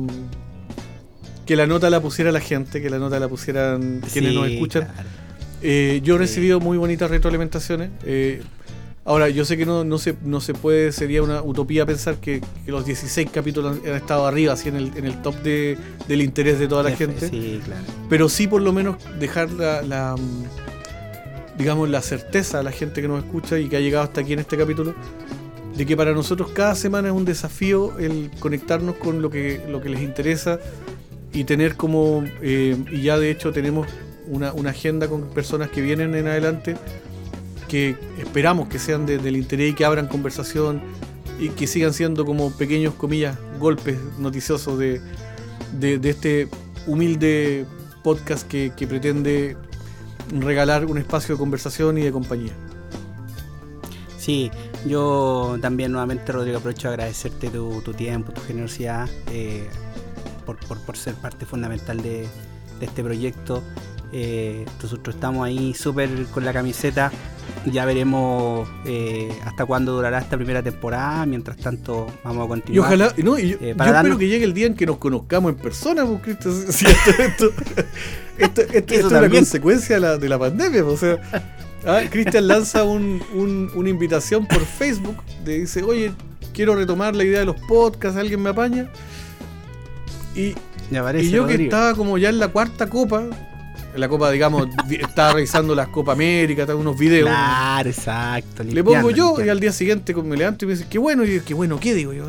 Speaker 2: que la nota la pusiera la gente, que la nota la pusieran quienes
Speaker 3: Sí,
Speaker 2: nos escuchan.
Speaker 3: claro.
Speaker 2: Eh, yo he
Speaker 3: Sí.
Speaker 2: recibido muy bonitas retroalimentaciones. Eh, ahora, yo sé que no, no, se, no se puede, sería una utopía pensar que, que los dieciséis capítulos han, han estado arriba, así en el, en el top de, del interés de toda la gente.
Speaker 3: Sí, claro.
Speaker 2: Pero sí, por lo menos, dejar la, la, mm, digamos, la certeza a la gente que nos escucha y que ha llegado hasta aquí en este capítulo, de que para nosotros cada semana es un desafío el conectarnos con lo que, lo que les interesa y tener como, eh, y ya de hecho tenemos una, una agenda con personas que vienen en adelante que esperamos que sean de- del interés y que abran conversación y que sigan siendo como pequeños, comillas, golpes noticiosos de, de, de este humilde podcast que, que pretende regalar un espacio de conversación y de compañía.
Speaker 3: Sí, yo también nuevamente, Rodrigo, aprovecho a agradecerte tu, tu tiempo, tu generosidad, eh, por, por, por ser parte fundamental de, de este proyecto. Eh, nosotros estamos ahí súper con la camiseta, ya veremos eh, hasta cuándo durará esta primera temporada, mientras tanto vamos a
Speaker 2: Y
Speaker 3: continuar.
Speaker 2: ojalá, no, y yo,
Speaker 3: Eh,
Speaker 2: yo
Speaker 3: para
Speaker 2: espero
Speaker 3: darnos-
Speaker 2: que llegue el día en que nos conozcamos en persona, porque esto, si esto, esto, esto, esto- esto es una
Speaker 3: también.
Speaker 2: consecuencia de la, de la pandemia. O sea, ah, Cristian lanza un, un- una invitación por Facebook, de dice, oye, quiero retomar la idea de los podcasts, ¿alguien me apaña? Y,
Speaker 3: Ya parece,
Speaker 2: y yo que
Speaker 3: Rodrigo.
Speaker 2: estaba como ya en la cuarta copa, en la copa, digamos, vi- estaba revisando las Copa América, estaba unos videos.
Speaker 3: Claro, exacto.
Speaker 2: Le pongo
Speaker 3: limpiando,
Speaker 2: yo
Speaker 3: limpiando.
Speaker 2: y al día siguiente me levanto y me dice, qué bueno, y yo, qué bueno, ¿qué digo yo?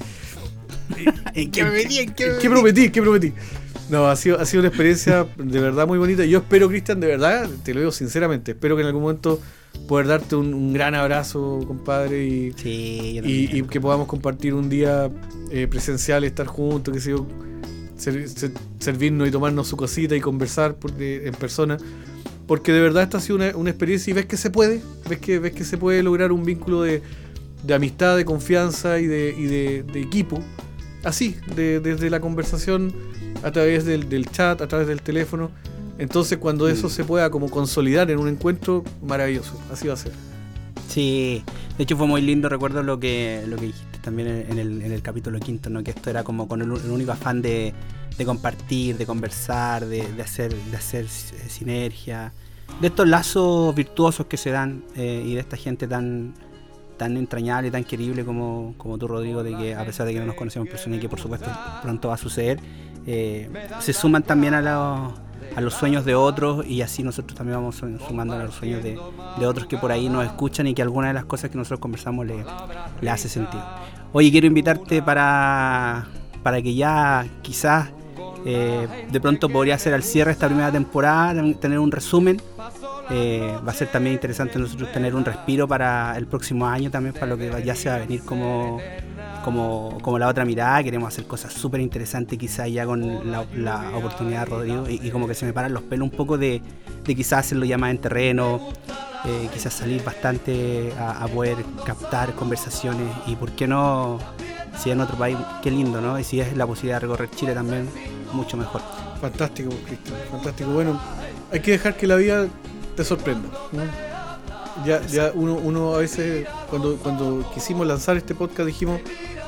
Speaker 3: ¿En qué me metí? ¿En qué me
Speaker 2: ¿Qué
Speaker 3: metí?
Speaker 2: prometí? ¿Qué prometí? No, ha sido, ha sido una experiencia de verdad muy bonita. Yo espero, Cristian, de verdad, te lo digo sinceramente, espero que en algún momento poder darte un, un gran abrazo, compadre, y,
Speaker 3: Sí, yo
Speaker 2: y,
Speaker 3: también.
Speaker 2: y que podamos compartir un día eh, presencial, estar juntos, que sé yo, ser- ser- servirnos y tomarnos su cosita y conversar por- de- en persona. Porque de verdad esta ha sido una, una experiencia y ves que se puede, ves que, ves que se puede lograr un vínculo de, de amistad, de confianza y de, y de, de equipo. Así, de- desde la conversación a través del, del chat, a través del teléfono. Entonces cuando eso se pueda como consolidar en un encuentro, maravilloso. Así va a ser.
Speaker 3: Sí, de hecho fue muy lindo, recuerdo lo que lo que dijiste también en el, en el capítulo quinto, ¿no? Que esto era como con el, el único afán de, de compartir, de conversar, de, de hacer de hacer eh, sinergia, de estos lazos virtuosos que se dan eh, y de esta gente tan tan entrañable y tan querible como, como tú, Rodrigo, de que a pesar de que no nos conocemos en persona y que por supuesto pronto va a suceder, eh, se suman también a los a los sueños de otros y así nosotros también vamos sumando a los sueños de, de otros que por ahí nos escuchan y que alguna de las cosas que nosotros conversamos le, le hace sentido. Oye, quiero invitarte para, para que ya quizás eh, de pronto podría ser al cierre de esta primera temporada, tener un resumen. Eh, va a ser también interesante nosotros tener un respiro para el próximo año también, para lo que ya se va a venir como... Como, como la otra mirada. Queremos hacer cosas súper interesantes quizás ya con la, la oportunidad de Rodrigo y, y como que se me paran los pelos un poco de, de quizás hacerlo ya más en terreno, eh, quizás salir bastante a, a poder captar conversaciones y por qué no, si es en otro país, qué lindo, ¿no? Y si es la posibilidad de recorrer Chile también, mucho mejor.
Speaker 2: Fantástico, Cristian, fantástico. Bueno, hay que dejar que la vida te sorprenda, ¿no? Ya, ya uno, uno a veces, cuando, cuando quisimos lanzar este podcast, dijimos,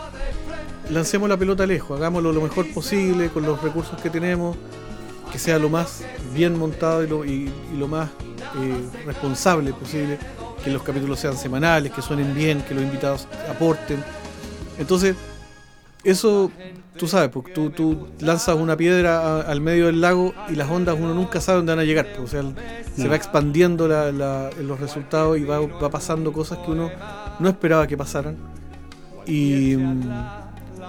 Speaker 2: lancemos la pelota lejos, hagámoslo lo mejor posible con los recursos que tenemos, que sea lo más bien montado y lo, y, y lo más eh, responsable posible, que los capítulos sean semanales, que suenen bien, que los invitados aporten. Entonces, eso, tú sabes, porque tú, tú lanzas una piedra a, al medio del lago y las ondas uno nunca sabe dónde van a llegar. Pues, o sea, el, se va expandiendo la, la, los resultados y va, va pasando cosas que uno no esperaba que pasaran. Y,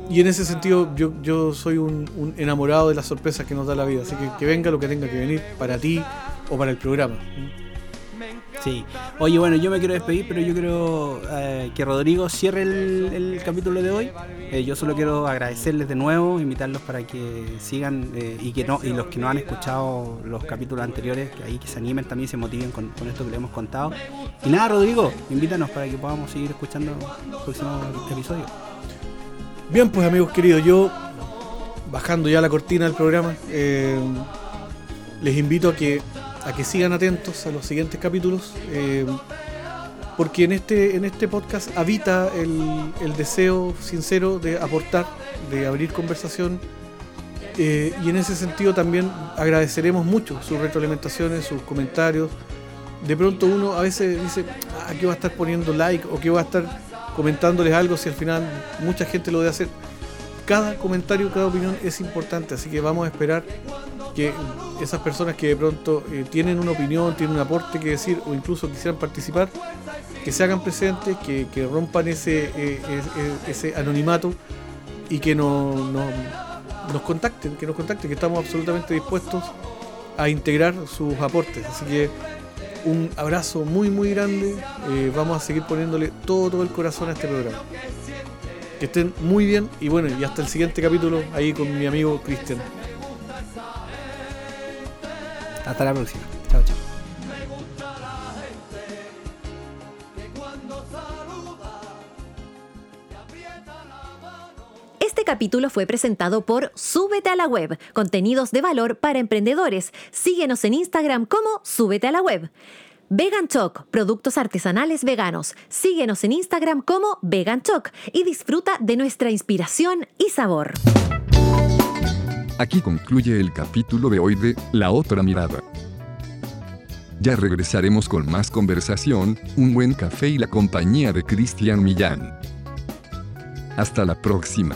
Speaker 2: y en ese sentido yo, yo soy un, un enamorado de las sorpresas que nos da la vida, así que que venga lo que tenga que venir para ti o para el programa.
Speaker 3: Sí. Oye, bueno, yo me quiero despedir, pero yo quiero eh, que Rodrigo cierre el, el capítulo de hoy. Eh, yo solo quiero agradecerles de nuevo, invitarlos para que sigan eh, y que no y los que no han escuchado los capítulos anteriores, que ahí que se animen también, se motiven con, con esto que les hemos contado. Y nada, Rodrigo, invítanos para que podamos seguir escuchando el próximo episodio.
Speaker 2: Bien, pues amigos queridos, yo bajando ya la cortina del programa, eh, les invito a que a que sigan atentos a los siguientes capítulos, eh, porque en este en este podcast habita el, el deseo sincero de aportar, de abrir conversación, eh, y en ese sentido también agradeceremos mucho sus retroalimentaciones, sus comentarios. De pronto uno a veces dice, ah, ¿qué va a estar poniendo like? ¿O qué va a estar comentándoles algo si al final mucha gente lo debe hacer? Cada comentario, cada opinión es importante, así que vamos a esperar que esas personas que de pronto eh, tienen una opinión, tienen un aporte que decir o incluso quisieran participar, que se hagan presentes, que, que rompan ese, eh, ese, ese anonimato y que no, no, nos contacten, que nos contacten, que estamos absolutamente dispuestos a integrar sus aportes. Así que un abrazo muy muy grande, eh, vamos a seguir poniéndole todo, todo el corazón a este programa. Que estén muy bien y bueno, y hasta el siguiente capítulo ahí con mi amigo Cristian.
Speaker 3: Hasta la próxima. Chao, chao.
Speaker 6: Este capítulo fue presentado por Súbete a la Web, contenidos de valor para emprendedores. Síguenos en Instagram como Súbete a la Web. Vegan Choc, productos artesanales veganos. Síguenos en Instagram como Vegan Choc y disfruta de nuestra inspiración y sabor.
Speaker 5: Aquí concluye el capítulo de hoy de La Otra Mirada. Ya regresaremos con más conversación, un buen café y la compañía de Cristian Millán. Hasta la próxima.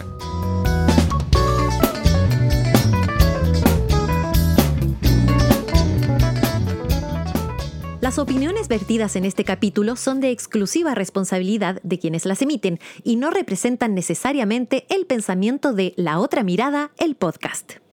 Speaker 6: Las opiniones vertidas en este capítulo son de exclusiva responsabilidad de quienes las emiten y no representan necesariamente el pensamiento de La Otra Mirada, el podcast.